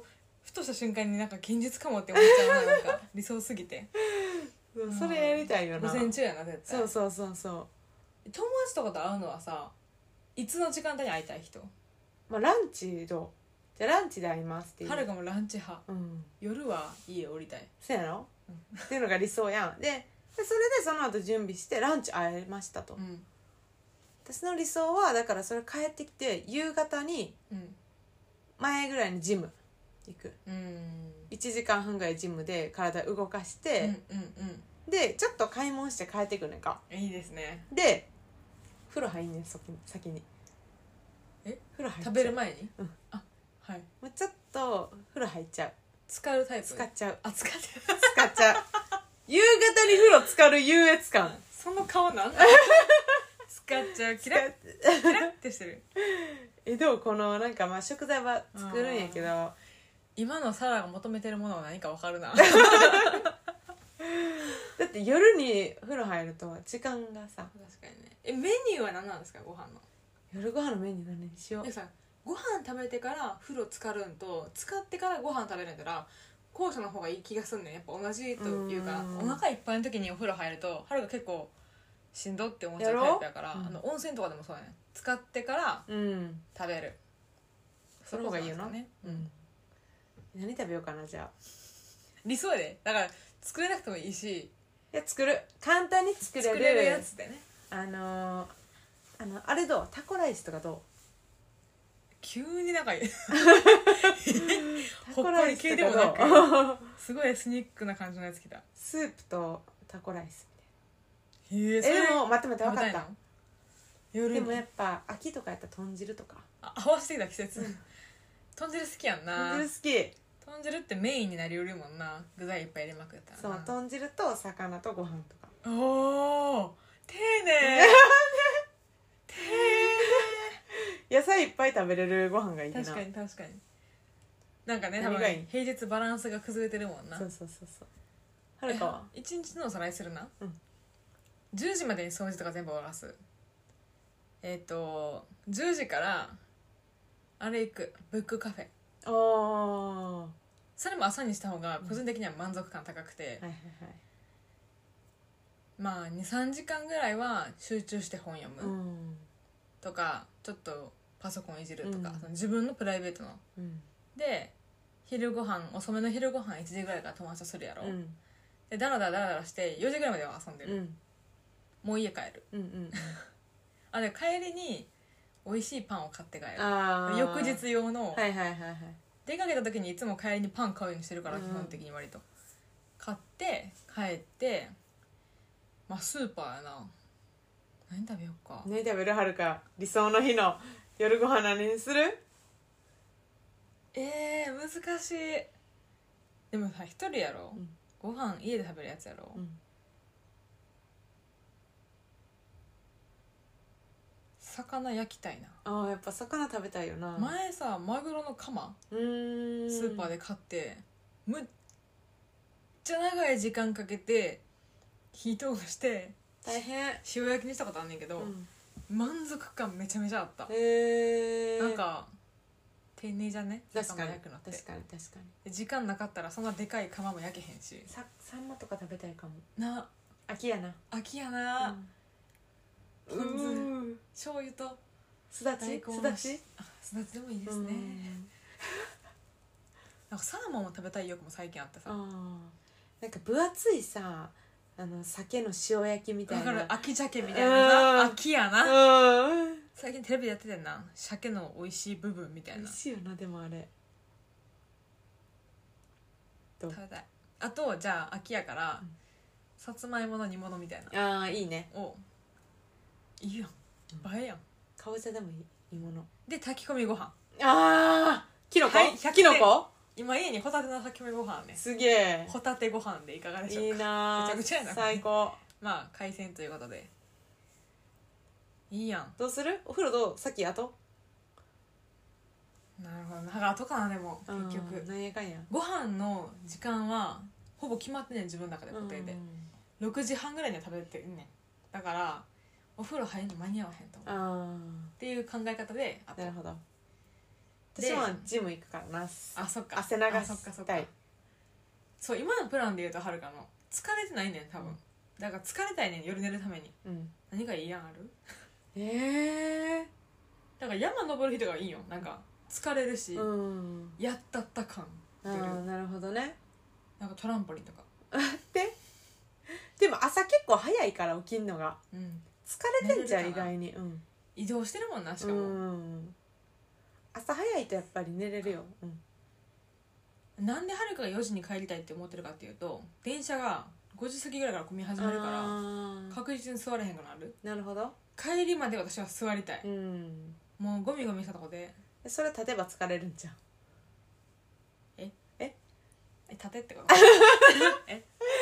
ふとした瞬間になんか現実かもって思っちゃうな、なんか理想すぎてそれやりたいよな。 午前中やな絶対。 そうそうそうそう。 友達とかと会うのはさ、いつの時間帯に会いたい人？ まあランチどう？じゃあランチで会いますっていう。 はるかもランチ派、うん、夜は家降りたい。 そうやろ、うん、っていうのが理想やん。ででそれでその後準備してランチ会えましたと、うん、私の理想はだからそれ帰ってきて夕方に前ぐらいにジム行く、うん、いちじかんはんぐらいジムで体動かして、うんうんうん、でちょっと買い物して帰ってくるねんか。 いいですね。 で風呂入んねん先に。 え風呂入っちゃう。食べる前に、うん、あはい、 もうちょっと風呂入っちゃう。 浸かるタイプ。 使っちゃう。 あ使っちゃう使っちゃう夕方に風呂浸かる優越感その顔なん使っちゃう。キラッキラッってしてるえどうこのなんかまあ食材は作るんやけど、 今のサラが求めてるものは何か分かるなだって夜に風呂入ると時間がさ。 確かにね。えメニューは何なんですか？ご飯の夜ご飯のメニュー何にしよう。 さご飯食べてから風呂浸かるんと使ってからご飯食べるんだったら後者の方がいい気がすんねん。やっぱ同じというか、お腹いっぱいの時にお風呂入ると春が結構しんどって思っちゃうタイプやから、うん、あの温泉とかでもそうやねん。使ってから食べる、うん、 その方がいいよな、ね、うん、何食べようかな。じゃあ理想やで。だから作れなくてもいいし、いや作る簡単に作れる作れるやつでね。 あのー、あのあれどう？タコライスとかどう？ 急に仲いいほっこり系でもなくすごいエスニックな感じのやつきた。 スープとタコライスみたいな。へえ。 でも待って待って分かった。 夜でもやっぱ秋とかやったら豚汁とか。 あ合わせてきた季節、うん、豚汁好きやんな。 豚汁好き。 豚汁ってメインになりうるもんな。具材いっぱい入れまくったらな。 そう豚汁と魚とご飯とか。 おお丁寧丁寧野菜いっぱい食べれるご飯がいいな。 確かに確かに。なんかね多分平日バランスが崩れてるもんな。 そうそうそうそう。はるかは一日のおさらいするな、うん、じゅうじまでに掃除とか全部終わらす。えっ、ー、とじゅうじからあれ行くブックカフェ。ああそれも朝にした方が個人的には満足感高くて、うんはいはいはい、まあ にさんじかんぐらいは集中して本読む、うん、とかちょっとパソコンいじるとか、うん、その自分のプライベートの、うん、で昼ご飯遅めの昼ご飯いちじぐらいから友達とするやろ、うん、でダラダラダラダラしてよじぐらいまでは遊んでる、うん、もう家帰る、うんうん、あで帰りに美味しいパンを買って帰る。翌日用の、はいはいはいはい、出かけた時にいつも帰りにパン買うようにしてるから、うん、基本的に割と買って帰って、まあスーパーやな。何食べようか。 何食べる？はるか理想の日の夜ご飯何にする？ えー、難しい。でもさ一人やろ、うん、ご飯家で食べるやつやろ、うん、魚焼きたいな。 あーやっぱ魚食べたいよな。 前さマグロのカマうーんスーパーで買ってむっちゃ長い時間かけて火通して大変塩焼きにしたことあんねんけど、うん、満足感めちゃめちゃあった。 へえ。 なんか丁寧じゃね。 確かに確かに確かに。時間なかったらそんなでかい釜も焼けへんし。 さサンマとか食べたいかもな。 秋やな秋やな、うん、ポン酢醤油とすだちすだちすだちでもいいですね。なんかサーモンを食べたい欲も最近あってさ。あなんか分厚いさあの鮭の塩焼きみたいな。 だから秋鮭みたいなさ秋やな。最近テレビでやっててんな鮭の美味しい部分みたいな。 美味しいよな。でもあれどう食べたい。あとじゃあ秋やから、うん、さつまいもの煮物みたいな。ああいいね。 おいいやん映えやん。 かぼちゃでもいい煮物で炊き込みご飯。 ああキノコ、はい、キノコ今家にホタテの炊き込みご飯ね。 すげえ。 ホタテご飯でいかがでしょうか。 いいな。 めちゃくちゃやな。 最高。 まあ海鮮ということでいいやん。 どうする？お風呂どう？先後？ なるほど。だから後かな。でも結局何やかんやご飯の時間はほぼ決まってんねん自分の中で固定で、ろくじはんぐらいには食べてんねん。だからお風呂入るの間に合わへんと思うっていう考え方で。あとなるほど。 私はジム行くからな。 あそっか汗流したい。 そう今のプランで言うとはるかの疲れてないねん多分、うん、だから疲れたいねん夜寝るために、うん、何がいいやんあるええー、だから山登る人がいいよ。なんか疲れるし、うん、やったった感出る。ああなるほどね。 なんかトランポリンとかででも朝結構早いから起きんのが、うん、疲れてんじゃん意外に、うん、 移動してるもんなしかも、うん、 朝早いとやっぱり寝れるよ、 うん、なんではるかがよじに帰りたいって思ってるかっていうと電車がごじ過ぎぐらいから混み始めるから確実に座れへんくなる。 なるほど。 帰りまで私は座りたい、うん、もうゴミゴミしたとこで。 それ立てば疲れるんじゃん。 えええ立てってことえ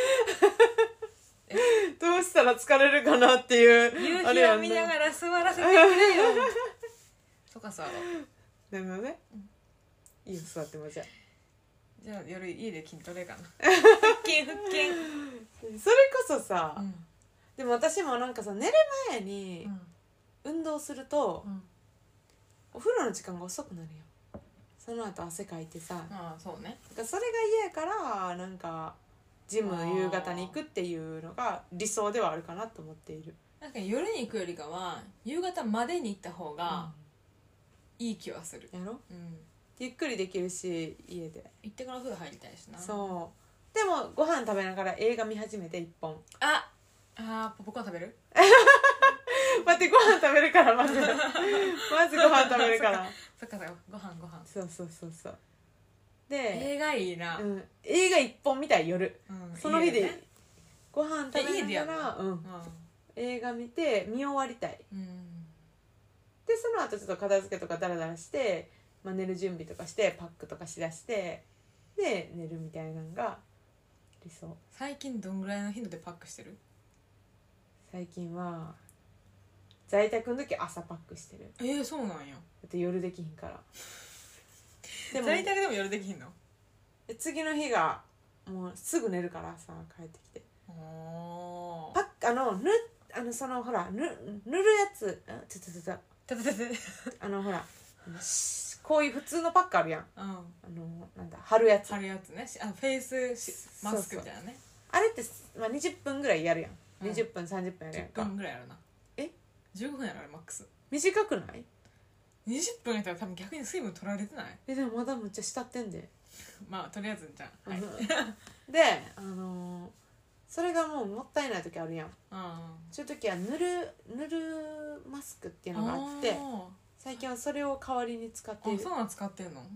どうしたら疲れるかなっていう夕日を見ながら座らせてくれよとかさ。 なるほどね、うん、いいよ座っても。じゃあじゃあ夜家で筋トレかな腹筋腹筋それこそさ、うん、でも私もなんかさ寝る前に運動すると、うん、お風呂の時間が遅くなるよ。その後汗かいてさ。 ああそうね。 だからそれが嫌やからなんかジム夕方に行くっていうのが理想ではあるかなと思っている。 なんか夜に行くよりかは夕方までに行った方がいい気はする、 やろ、うん、ゆっくりできるし家で行ってから風呂入りたいしな。 そうでもご飯食べながら映画見始めて一本。 ああポップコーン食べる待ってご飯食べるからまずまずご飯食べるからそっかそっかご飯ご飯そうそうそうそうで映画いいな、 うん、映画一本見たい夜、うん、その日で、ね、ご飯食べながら、うんうん、映画見て見終わりたい、うん、でその後ちょっと片付けとかダラダラして、まあ、寝る準備とかしてパックとかしだしてで寝るみたいなのが理想。 最近どんぐらいの頻度でパックしてる？ 最近は在宅の時朝パックしてる。 えー、そうなんや。だって夜できひんからでも在宅でも夜できひんの？ 次の日がもうすぐ寝るからさ帰ってきてパックあのぬあのそのほらぬ塗るやつあちょちょちょあのほらこういう普通のパックあるやん、うん、あのなんだ貼るやつ貼るやつね。あのフェイスマスクみたいなね。そうそうあれって、まあ、にじゅっぷんぐらいやるやん、うん、にじゅっぷんさんじゅっぷんやるやんか。 じゅっぷんぐらいやるな。 えじゅうごふんやろあれマックス。 短くない？ にじゅっぷんやったら多分逆に水分取られてない？ えでもまだむっちゃしたってんでまあとりあえずじゃあ、はい、 で、あのー、それがもうもったいない時あるやん。そういう時は塗る塗るマスクっていうのがあって最近はそれを代わりに使っている。 あ、そうなん使ってんの、うん、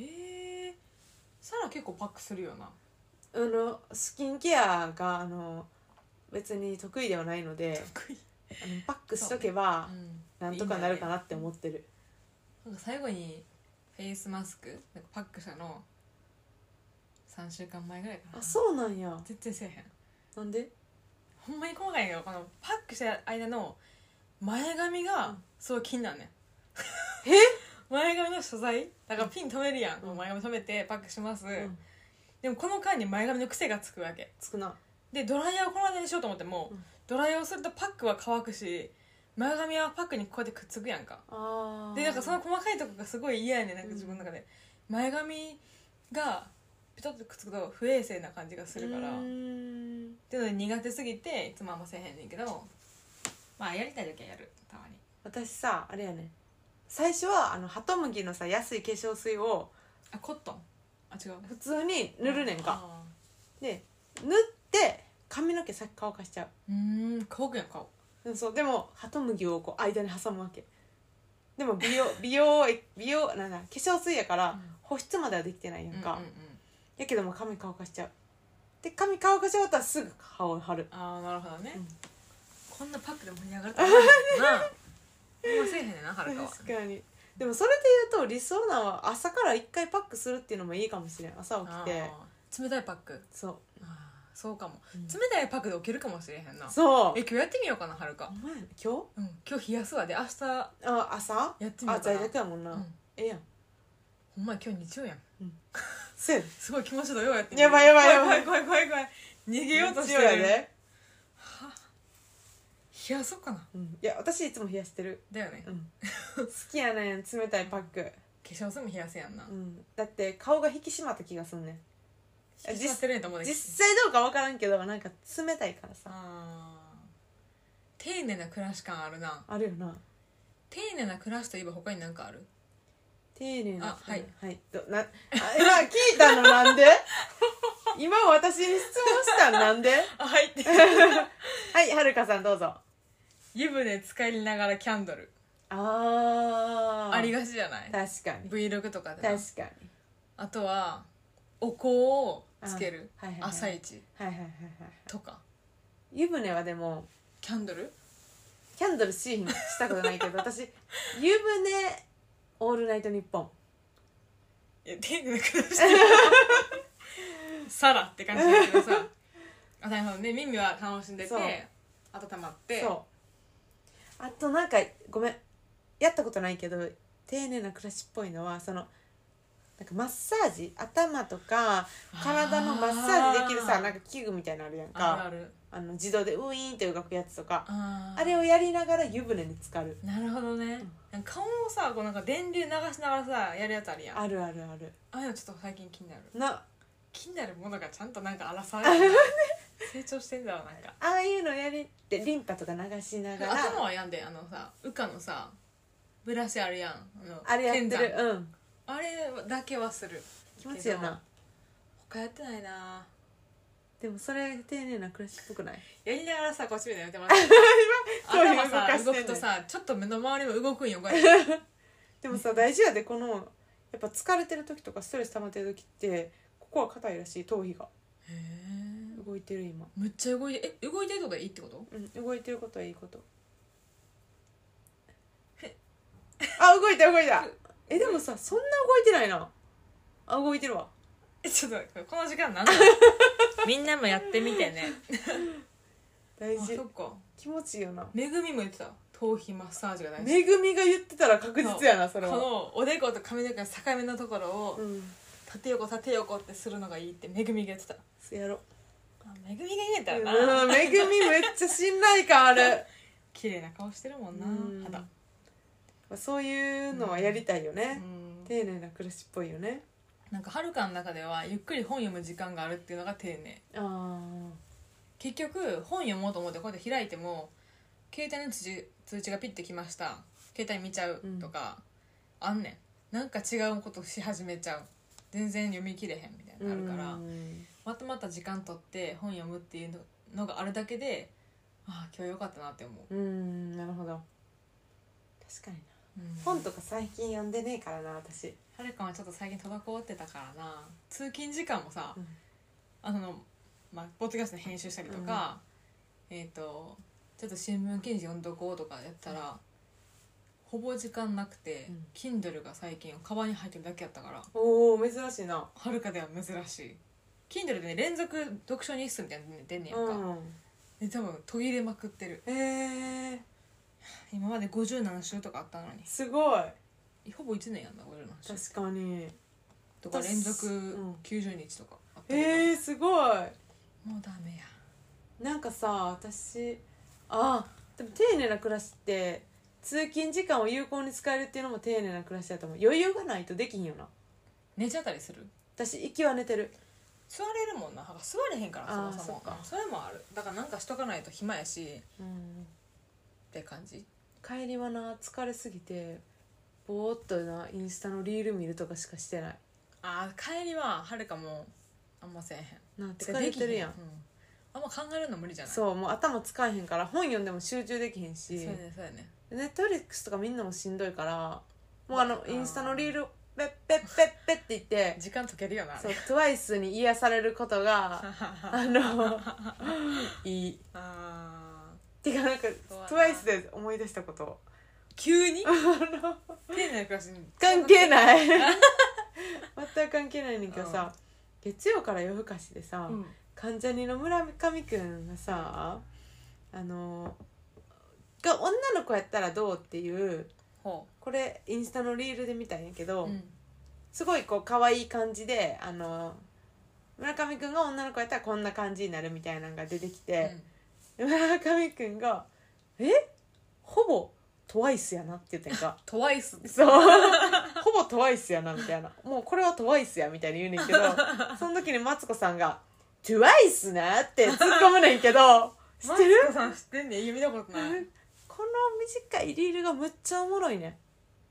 へえ。サラ結構パックするよな。 あのスキンケアがあの別に得意ではないので得意あのパックしとけば、ね、うん、なんとかなるかなって思ってる。 なんか最後にフェイスマスクなんかパックしたのさんしゅうかんまえぐらいかな。 あ、そうなんや。 全然せえへん。 なんで？ ほんまに細かいけどこのパックした間の前髪がすごい気になんねん、 うん、え前髪の素材だからピン止めるやん、うん、前髪止めてパックします、うん、でもこの間に前髪の癖がつくわけ。 つくな。 でドライヤーをこの間にしようと思っても、うん、ドライヤーをするとパックは乾くし前髪はパックにこうやってくっつくやんか。あでなんかその細かいとこがすごい嫌やねんなんか自分の中で、うん、前髪がピタッとくっつくと不衛生な感じがするからっていうので苦手すぎていつもあんませえへんねんけどまあやりたい時はやるたまに。 私さあれやね最初はあのハトムギのさ安い化粧水をあコットンあ違う普通に塗るねんか、うん、で塗って髪の毛先乾かしちゃう。 うーん乾くやん顔。 そうでもハトムギをこう間に挟むわけ。でも美容美容美容なんだ化粧水やから、うん、保湿まではできてないやんか、うんうんうん、やけども髪乾かしちゃう。で髪乾かし終わったらすぐ歯を張る。 ああなるほどね、うん、こんなパックで盛り上がると思うなあんませえへんねんなはるかは。 確かに。でもそれで言うと理想なのは朝から一回パックするっていうのもいいかもしれん。朝起きて冷たいパック。 そうあそうかも、うん、冷たいパックで起きるかもしれへんな。 そうえ今日やってみようかなはるか。 お前今日、 うん、今日冷やすわで明日あ朝やってみようかな。 あ在宅やもんな、うん、ええやん。 ほんま今日日曜やん、うん、 せやすごい気持ちどようやってやばいやばいやばい怖い怖い怖い怖い逃げようとしてる。 日曜やでは冷やそうかな、 うん、いや私いつも冷やしてるだよね、 うん、好きやねん冷たいパック。 粧水も冷やすやんな、 うん、だって顔が引き締まった気がすんねん。 引き締まってるんやと思うね。 実際どうか分からんけどなんか冷たいからさ。 あ丁寧な暮らし感あるな。 あるよな。 丁寧な暮らしといえば他に何かある？ 丁寧な。 あはいはいどなあ今聞いたのなんで今私に質問したんなんであはいはいはるかさんどうぞ。 湯船使いながらキャンドルあーありがちじゃない？ 確かに Vlog とかでな。 確かに。 あとはお香をつける、 はいはいはい、 朝一はいはいはいはい。 とか。 湯船はでもキャンドルキャンドルシーンしたことないけど私湯船オールナイトニッポン。 いや丁寧な暮らしサラって感じだけどさあなるほどね。耳は楽しんでてそう温まってそうあとなんかごめんやったことないけど丁寧な暮らしっぽいのはそのなんかマッサージ頭とか体のマッサージできるさなんか器具みたいなのあるやんか。 あるある。 あの自動でウィーンって動くやつとかあ, あれをやりながら湯船に浸かる。 なるほどね、うん、顔をさこうなんか電流流しながらさやるやつあるやん。 あるあるある。 ああいうのちょっと最近気になるな気になるものがちゃんとなんか荒さ成長してんだわ。なんかああいうのやりってリンパとか流しながら頭はやんであのさウカのさブラシあるやんあのあれやって剣る。 山うんあれだけはする。 気持ちいいよな。 他やってないな。 でもそれ丁寧な暮らしっぽくない？ やりながらさこっち見てやめてもらって頭さ動くとさちょっと目の周りも動くんよこうやってでもさ大事やでこのやっぱ疲れてる時とかストレス溜まってる時ってここは硬いらしい頭皮が。 へえ動いてる今。 むっちゃ動いてえ動いてるってことはいいってこと？ うん動いてることはいいこと。あ動いた動いた。えでもさそんな動いてないな。あ動いてるわ。 えちょっとこの時間なんだみんなもやってみてね大事。 あそっか気持ちいいよな。 めぐみも言ってた頭皮マッサージが大事。 めぐみが言ってたら確実やなそれは。 このおでこと髪の毛の境目のところをうん縦横縦横ってするのがいいってめぐみが言ってた。 そうやろ。 あめぐみが言えたらな、 うんめぐみめっちゃ信頼感ある綺麗な顔してるもんな、 うん肌。 そういうのはやりたいよね、 うん丁寧な暮らしっぽいよね。 なんかはるかの中ではゆっくり本読む時間があるっていうのが丁寧。 あ結局本読もうと思ってこうやって開いても携帯の通知通知がピッてきました携帯見ちゃうとか、うん、あんねん。なんか違うことし始めちゃう全然読み切れへんみたいなのあるから、またまた時間取って本読むっていうのがあるだけでああ今日よかったなって思う。 うんなるほど。確かにな、うん、本とか最近読んでねえからな私。 はるかはちょっと最近滞ってたからな。通勤時間もさ、 うん、 あのまあポッドキャストで編集したりとか、うん、えっ、ー、とちょっと新聞記事読んどこうとかやったら、うん、ほぼ時間なくて、うん、Kindle が最近カバンに入ってるだけやったから。 おお珍しいな。 はるかでは珍しい。Kindle でね連続読書日数みたいなの出んねやんか、うん、で多分途切れまくってる。 へえ。 今までごじゅうなな週とかあったのにすごい。 ほぼいちねんやんなごじゅうなな週。 確かに。 とか連続きゅうじゅうにちとかあったけど、 えー、すごい。 もうダメや。 なんかさ私あでも丁寧な暮らしって通勤時間を有効に使えるっていうのも丁寧な暮らしだと思う。余裕がないとできひんよな。 寝ちゃったりする？ 私息は寝てる。 座れるもんな。座れへんからそもそも。そっかそれもある。だからなんかしとかないと暇やし、うん、って感じ。 帰りはな疲れすぎてぼーっとなインスタのリール見るとかしかしてない。 あ帰りははるかもあんませえへんな。疲れてるやん、うん、 あんま考えるの無理じゃない？ そうもう頭使えへんから本読んでも集中できへんし。そうやねそうやね。 ネットフリックスとかみんなもしんどいからもうあのインスタのリールペッペッペッペッって言って時間解けるよな。 そうトゥワイスに癒されることがあのいい。あてかなんかトゥワイスで思い出したこと急に丁寧な暮らしに関係ない全く関係ないねんけどさ、うん、月曜から夜更かしでさ、うん、関ジャニの村上くんがさあのが女の子やったらどうっていうこれインスタのリールで見たんやけど、うん、すごいこう可愛い感じであの村上くんが女の子やったらこんな感じになるみたいなのが出てきて、うん、村上くんがえほぼトワイスやなって言ってんかトワイスそうほぼトワイスやなみたいな、もうこれはトワイスやみたいに言うねんけどその時にマツコさんがトワイスなって突っ込むねんけど知ってる？ マツコさん知ってんねん。いや見たことない。 この短いリールがむっちゃおもろいね。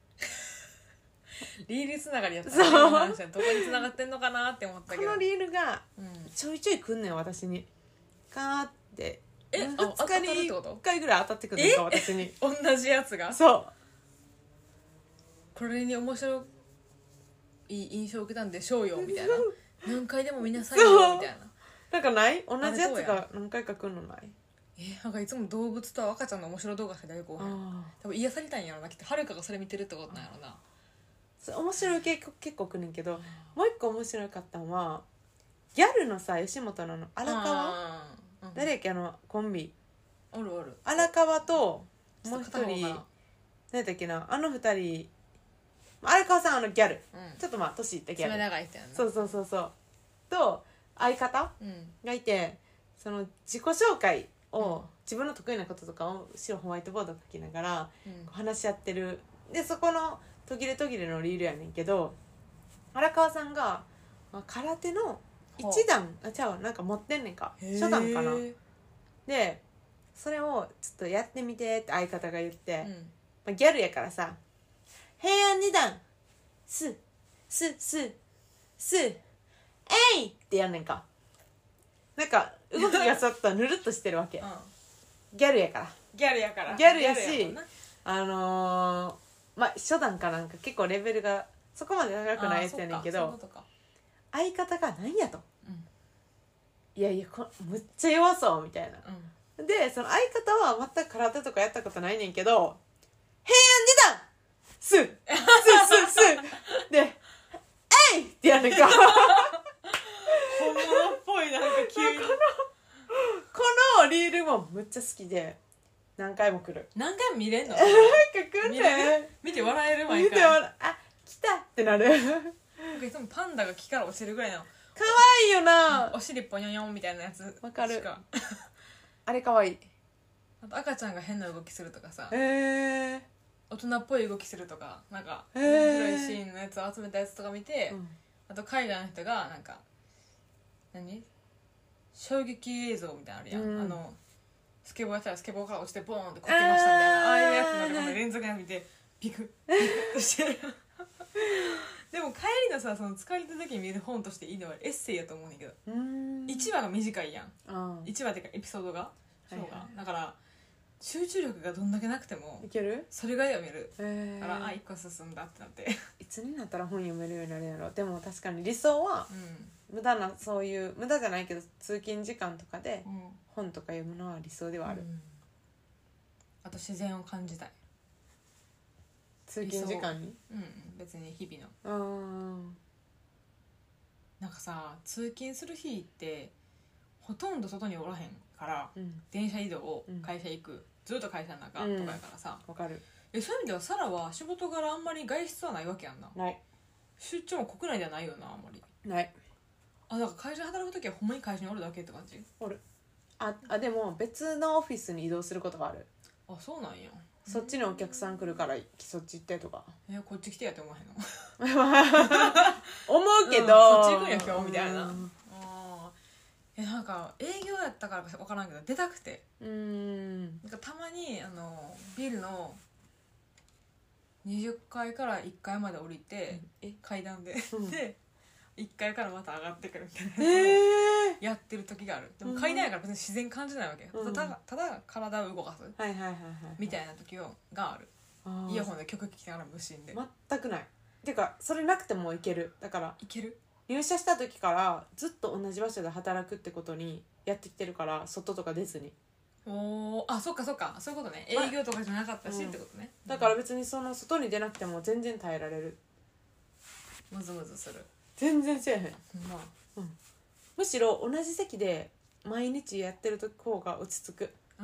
リールつながりやったらどこにつながってんのかなって思ったけど、 このリールがうん、 ちょいちょいくんねん私に。カーってえふつかにいっかいぐらい当たってくるんか私に。 同じやつが。 そうこれに面白い印象を受けたんでしょうよみたいな。何回でも見なさいよみたいな。 なんかない？同じやつが何回か来るのない？ えなんかいつも動物と赤ちゃんの面白い動画しか出てこへん。多分癒されたいんやろなきっと。はるかがそれ見てるってことなんやろな。 それ面白い系結構来るんけど、もう一個面白かったのはギャルのさ吉本のあの荒川、うん、誰やっけあのコンビおるおる荒川ともう一人何何だっけなあの二人荒川さんあのギャル、うん、ちょっとまあ年いったギャル長い人やな。 そうそうそうそうと相方、うん、がいてその自己紹介を、うん、自分の得意なこととかを白ホワイトボード書きながら、うん、話し合ってる。でそこの途切れ途切れのリールやねんけど荒川さんが、まあ、空手の一段あちゃうなんか持ってんねんか初段かな。でそれをちょっとやってみてって相方が言って、うんまあ、ギャルやからさ平安二段ススススえいってやんねんか。なんか動きがちょっとぬるっとしてるわけ、うん、ギャルやからギャルやからギャルやしあのー、まあ初段かなんか結構レベルがそこまで高くないやつやねんけど相方が何やと、うん、いやいやこむっちゃ弱そうみたいな、うん、でその相方は全く空手とかやったことないねんけど平安二段ススススでえいってやんねんか本物っぽいなんか急にこのこのリールもむっちゃ好きで何回も来る。 何回も見れんの？ なんか来んねん。 見て笑える毎回。 見て笑あ来たってなる。 なんかいつもパンダが木から落ちるぐらいの。 可愛いよな。 お尻ポニョニョンみたいなやつ。 わかる。あれ可愛い。 あと赤ちゃんが変な動きするとかさ。 へえ。 大人っぽい動きするとかなんか広いシーンのやつを集めたやつとか見て、うん、あと海外の人がなんか何衝撃映像みたいなのあるやん、うん、あのスケボーやったらスケボーから落ちてボーンってこけましたみたいな あ, あいうやつの連続で見てビクビクとしてるでも帰りのさその疲れた時に見る本としていいのはエッセイやと思うんだけどいちわが短いやんいちわっていうかエピソードが、はいはい、だから集中力がどんだけなくてもいけるそれが読める、えー、だからあ一個進んだってなっていつになったら本読めるようになるやろ。でも確かに理想は、うん、無駄なそういう無駄じゃないけど通勤時間とかで本とか読むのは理想ではある、うん、 あと自然を感じたい通勤時間にうん別に日々のあなんかさ通勤する日ってほとんど外におらへんから、うん、電車移動、うん、会社行くずっと会社の中とかやからさ、 うん、かるえそういう意味ではサラは仕事柄あんまり外出はないわけやんな。 ない出張も国内ではないよなあんまりないあだから会社で働くときはほんまに会社におるだけって感じおるああでも別のオフィスに移動することがある。 あそうなんやそっちにお客さん来るからそっち行ってとかえこっち来てやって思わへんの思うけど、うん、 そっち行くんや今日みたいな、うん、あえなんか営業やったからか分からんけど出たくてうんなんかたまにあのビルのにじゅっかいからいっかいまで降りて、うん、階段で、うん、でいっかいからまた上がってくるみたいなやつをやってる時がある。でも階段やから別に自然感じないわけ、うん、ただただ体を動かすみたいな時がある。イヤホンで曲聴きながら無心で全くない。てかそれなくてもいける。だからいける入社した時からずっと同じ場所で働くってことにやってきてるから外とか出ずにおあそっかそっかそういうことね。営業とかじゃなかったし、うん、ってことね。 だから別にその外に出なくても全然耐えられる。 ムズムズする全然せえへん、まあうん、むしろ同じ席で毎日やってる方が落ち着く。 あ、うん、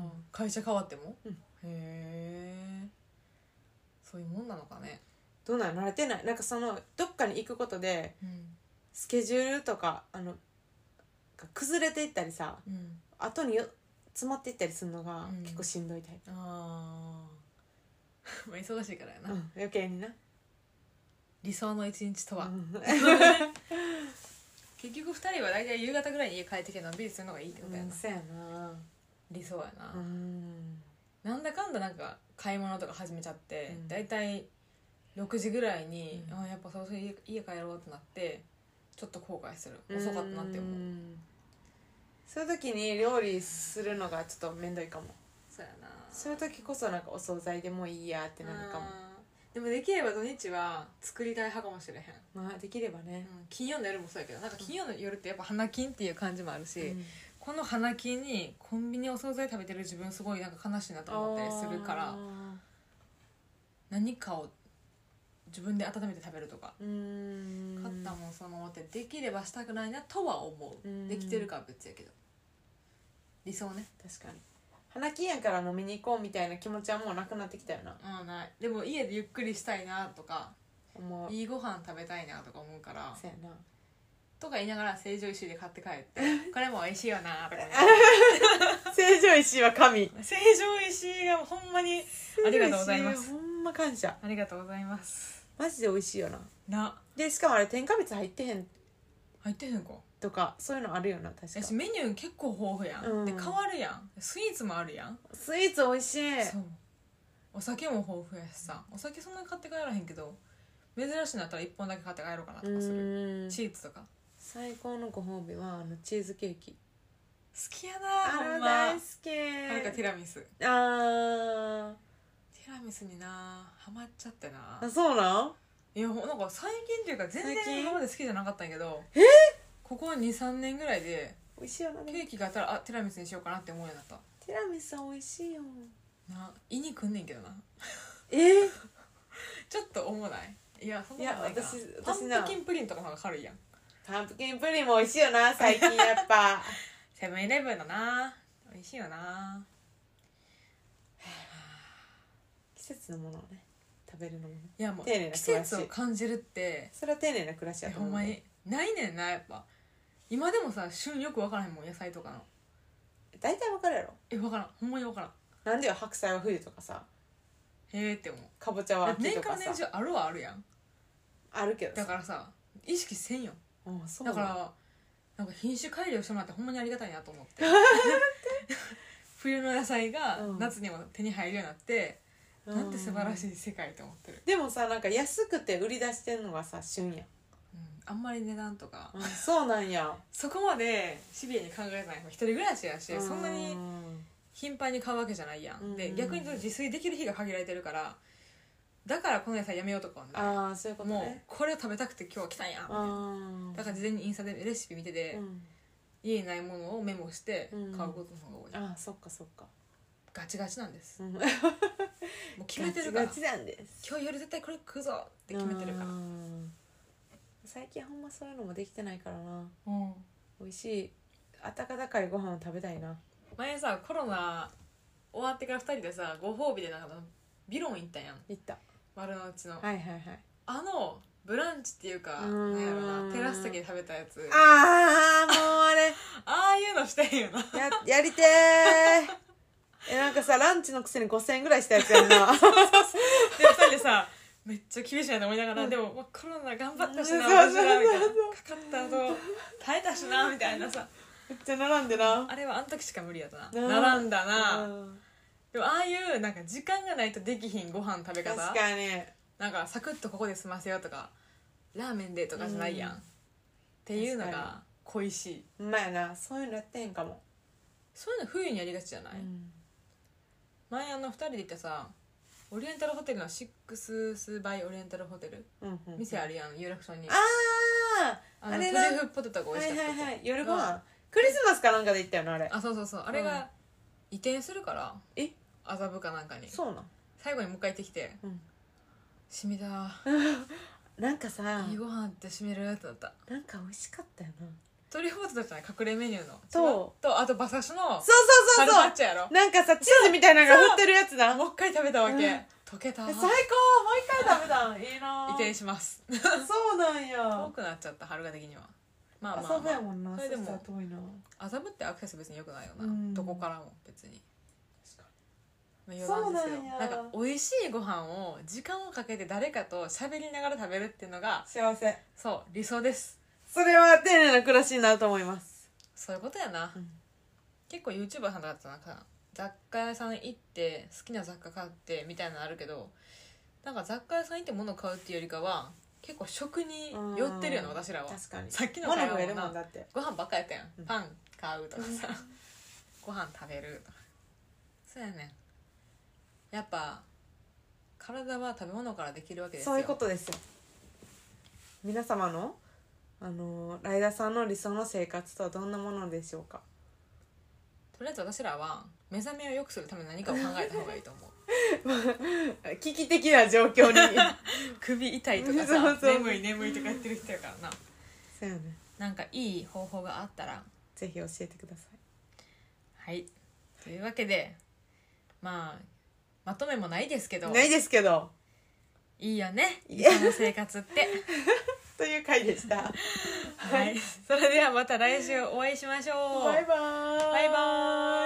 会社変わっても、うん、へえそういうもんなのかね。 どうなの慣れてない。なんかそのどっかに行くことで、うん、スケジュールとかあの崩れていったりさ、うん、後に詰まっていったりするのが結構しんどいタイプ、うん、あまあ忙しいからやな、 うん、余計にな。 理想の一日とは、 うん、 結局ふたりは大体夕方ぐらいに家帰ってきてのんびりするのがいいってことやな、 うん、そうやな。 理想やな、 うん、 なんだかんだなんか買い物とか始めちゃって、 うん、 大体ろくじぐらいに、 うん、 あやっぱそろそろ家家帰ろうってなってちょっと後悔する、遅かったなって思う、うん、 そういう時に料理するのがちょっとめんどいかも。 そうやな。 そういう時こそなんかお惣菜でもいいやってなるかも。 でもできれば土日は作りたい派かもしれへん。 まあできればね、 うん、金曜の夜もそうやけどなんか金曜の夜ってやっぱ花金っていう感じもあるし、 うん、 この花金にコンビニお惣菜食べてる自分すごいなんか悲しいなと思ったりするから何かを自分で温めて食べるとか、 うーん、 買ったもんそのままってできればしたくないなとは思う、 うん、 できてるかは別やけど理想ね。 確かに花金やから飲みに行こうみたいな気持ちはもうなくなってきたよな。 あない。でも家でゆっくりしたいなとか思う。 いいご飯食べたいなとか思うからそうやなとか言いながら成城石井で買って帰ってこれも美味しいよなとか成城石井は神。 成城石井がほんまにありがとうございます。 ほんま感謝。 ありがとうございます。 マジで美味しいよな。 なでしかもあれ添加物入ってへん入ってへんかとかそういうのあるよな。確か私メニュー結構豊富やん、 うん、 で変わるやん、スイーツもあるやん。 スイーツ美味しい。 そうお酒も豊富やしさ、お酒そんなに買って帰らへんけど珍しいなったらいっぽんだけ買って帰ろうかなとかする。チーズとか最高のご褒美はあのチーズケーキ好きやな。 あほんま大好き。 あれかティラミス。 あーティラミスになハマっちゃってな。 あそうなん。 いやなんか最近っていうか全然今まで好きじゃなかったんやけどえここ にさんねんぐらいで美味しいよな。 ケーキがあったらあティラミスにしようかなって思うようになった。 ティラミスは美味しいよな胃にくんねんけどなえー、 ちょっと重ない。いやそんなことないかな。 いや私パ私なンプキンプリンとかの方が軽いやん。 パンプキンプリンも美味しいよな最近やっぱセブンイレブンのな美味しいよな。 季節のものをね食べるのもねいやもう丁寧な季暮らし節を感じるってそれは丁寧な暮らしやと思う、 ほんまにないねんな。やっぱ今でもさ旬よく分からへんもん野菜とかの。 大体わかるやろ。 え分からんほんまに分からん。 なんでよ白菜は冬とかさへえって思う。 かぼちゃは秋年とかさ間年中あるはあるやん。 あるけどさだからさ意識せんよ。 ああそうなのだからなんか品種改良してもらってほんまにありがたいなと思って冬の野菜が夏にも手に入るようになって、うん、なんて素晴らしい世界と思ってる。 でもさなんか安くて売り出してんのがさ旬やん、 うん、あんまり値段とか、 うん、そうなんやそこまでシビアに考えない。一人暮らしやし、うん、そんなに頻繁に買うわけじゃないやん、うん、で逆に自炊できる日が限られてるからだからこの野菜やめようとかはね。 ああそういうことね。 もうこれを食べたくて今日は来たんやみたいな。だから事前にインスタでレシピ見てて、うん、家にないものをメモして買うことの方が多い、うん、 ああそっかそっかガチガチなんです、うん、もう決めてるからガチガチなんです。 今日夜絶対これ食うぞって決めてるから。 最近ほんまそういうのもできてないからな、 うん、 美味しい温かいご飯を食べたいな。 前さコロナ終わってからふたりでさご褒美でなんかビロン行ったやん。 行った丸の内の、 はいはいはい、 あのブランチっていうかなんやろなテラス席で食べたやつ。 ああもうあれああいうのしてへんよなや, やりてーえなんかさランチのくせにごせんえんぐらいしたやつやんなでふたりでさめっちゃ厳しいなと思いながら、うん、でも、まあ、コロナ頑張ったしな私らみたいなかかった後耐えたしなみたいなさめっちゃ並んでな。あれはあの時しか無理やったな。並んだな。でもああいうなんか時間がないとできひんご飯食べ方確かになんかサクッとここで済ませようとかラーメンでとかじゃないやん、うん、っていうのが恋しい。 うまいな。そういうのやってへんかも。 そういうの冬にやりがちじゃない、うん、前あのふたりで行ったさオリエンタルホテルのシックススバイオリエンタルホテル、うんうんうん、店あるやん有楽町に。あああれトリュフポテトが美味しかった、はいはいはい、 夜ご飯クリスマスかなんかで行ったよなあれ。 あそうそうそうあれが移転するからえ麻布かなんかに。 そうなん最後にもう一回行ってきて、うん、しみだなんかさいいご飯ってしみるってなった。 なんか美味しかったよな。 トリュフポテトじゃない隠れメニューのそうとあと馬刺しのそうそうそうそうカルパッチョやろ。 なんかさチーズみたいなのが振ってるやつだ。 もう一回食べたわけ、うん、溶けた。 最高もう一回食べたいいな。 移転しますそうなんや。 遠くなっちゃった春が的には。まあまあ、まあ、麻布やもんな。 それでも遠いな。 麻布ってアクセス別に良くないよな、 うん、 どこからも別に。 確か余談ですよ。なんか美味しいご飯を時間をかけて誰かと喋りながら食べるっていうのが幸せ。 そう理想です。 それは丁寧な暮らしになると思います。 そういうことやな、うん、結構 YouTuber さんだったらなんか雑貨屋さん行って好きな雑貨買ってみたいなのあるけど、なんか雑貨屋さん行って物買うっていうよりかは結構食に寄ってるよな私らは。 確かにさっきの会話もな物増えるもんだって。 ご飯ばっかやったやん、 うん、 パン買うとかさご飯食べるとか。そうやねん、やっぱ体は食べ物からできるわけですよ。 そういうことですよ。皆様のあのライダーさんの理想の生活とはどんなものでしょうか。 とりあえず私らは目覚めを良くするために何かを考えた方がいいと思う危機的な状況に首痛いとかさそうそう眠い眠いとかやってる人やからな。 そうやね。 なんかいい方法があったらぜひ教えてください。 はい、というわけでまあまとめもないですけどないですけどいいよね理想の生活ってという回でした。 はい、それではまた来週お会いしましょう。 バイバーイ。 バイバーイ。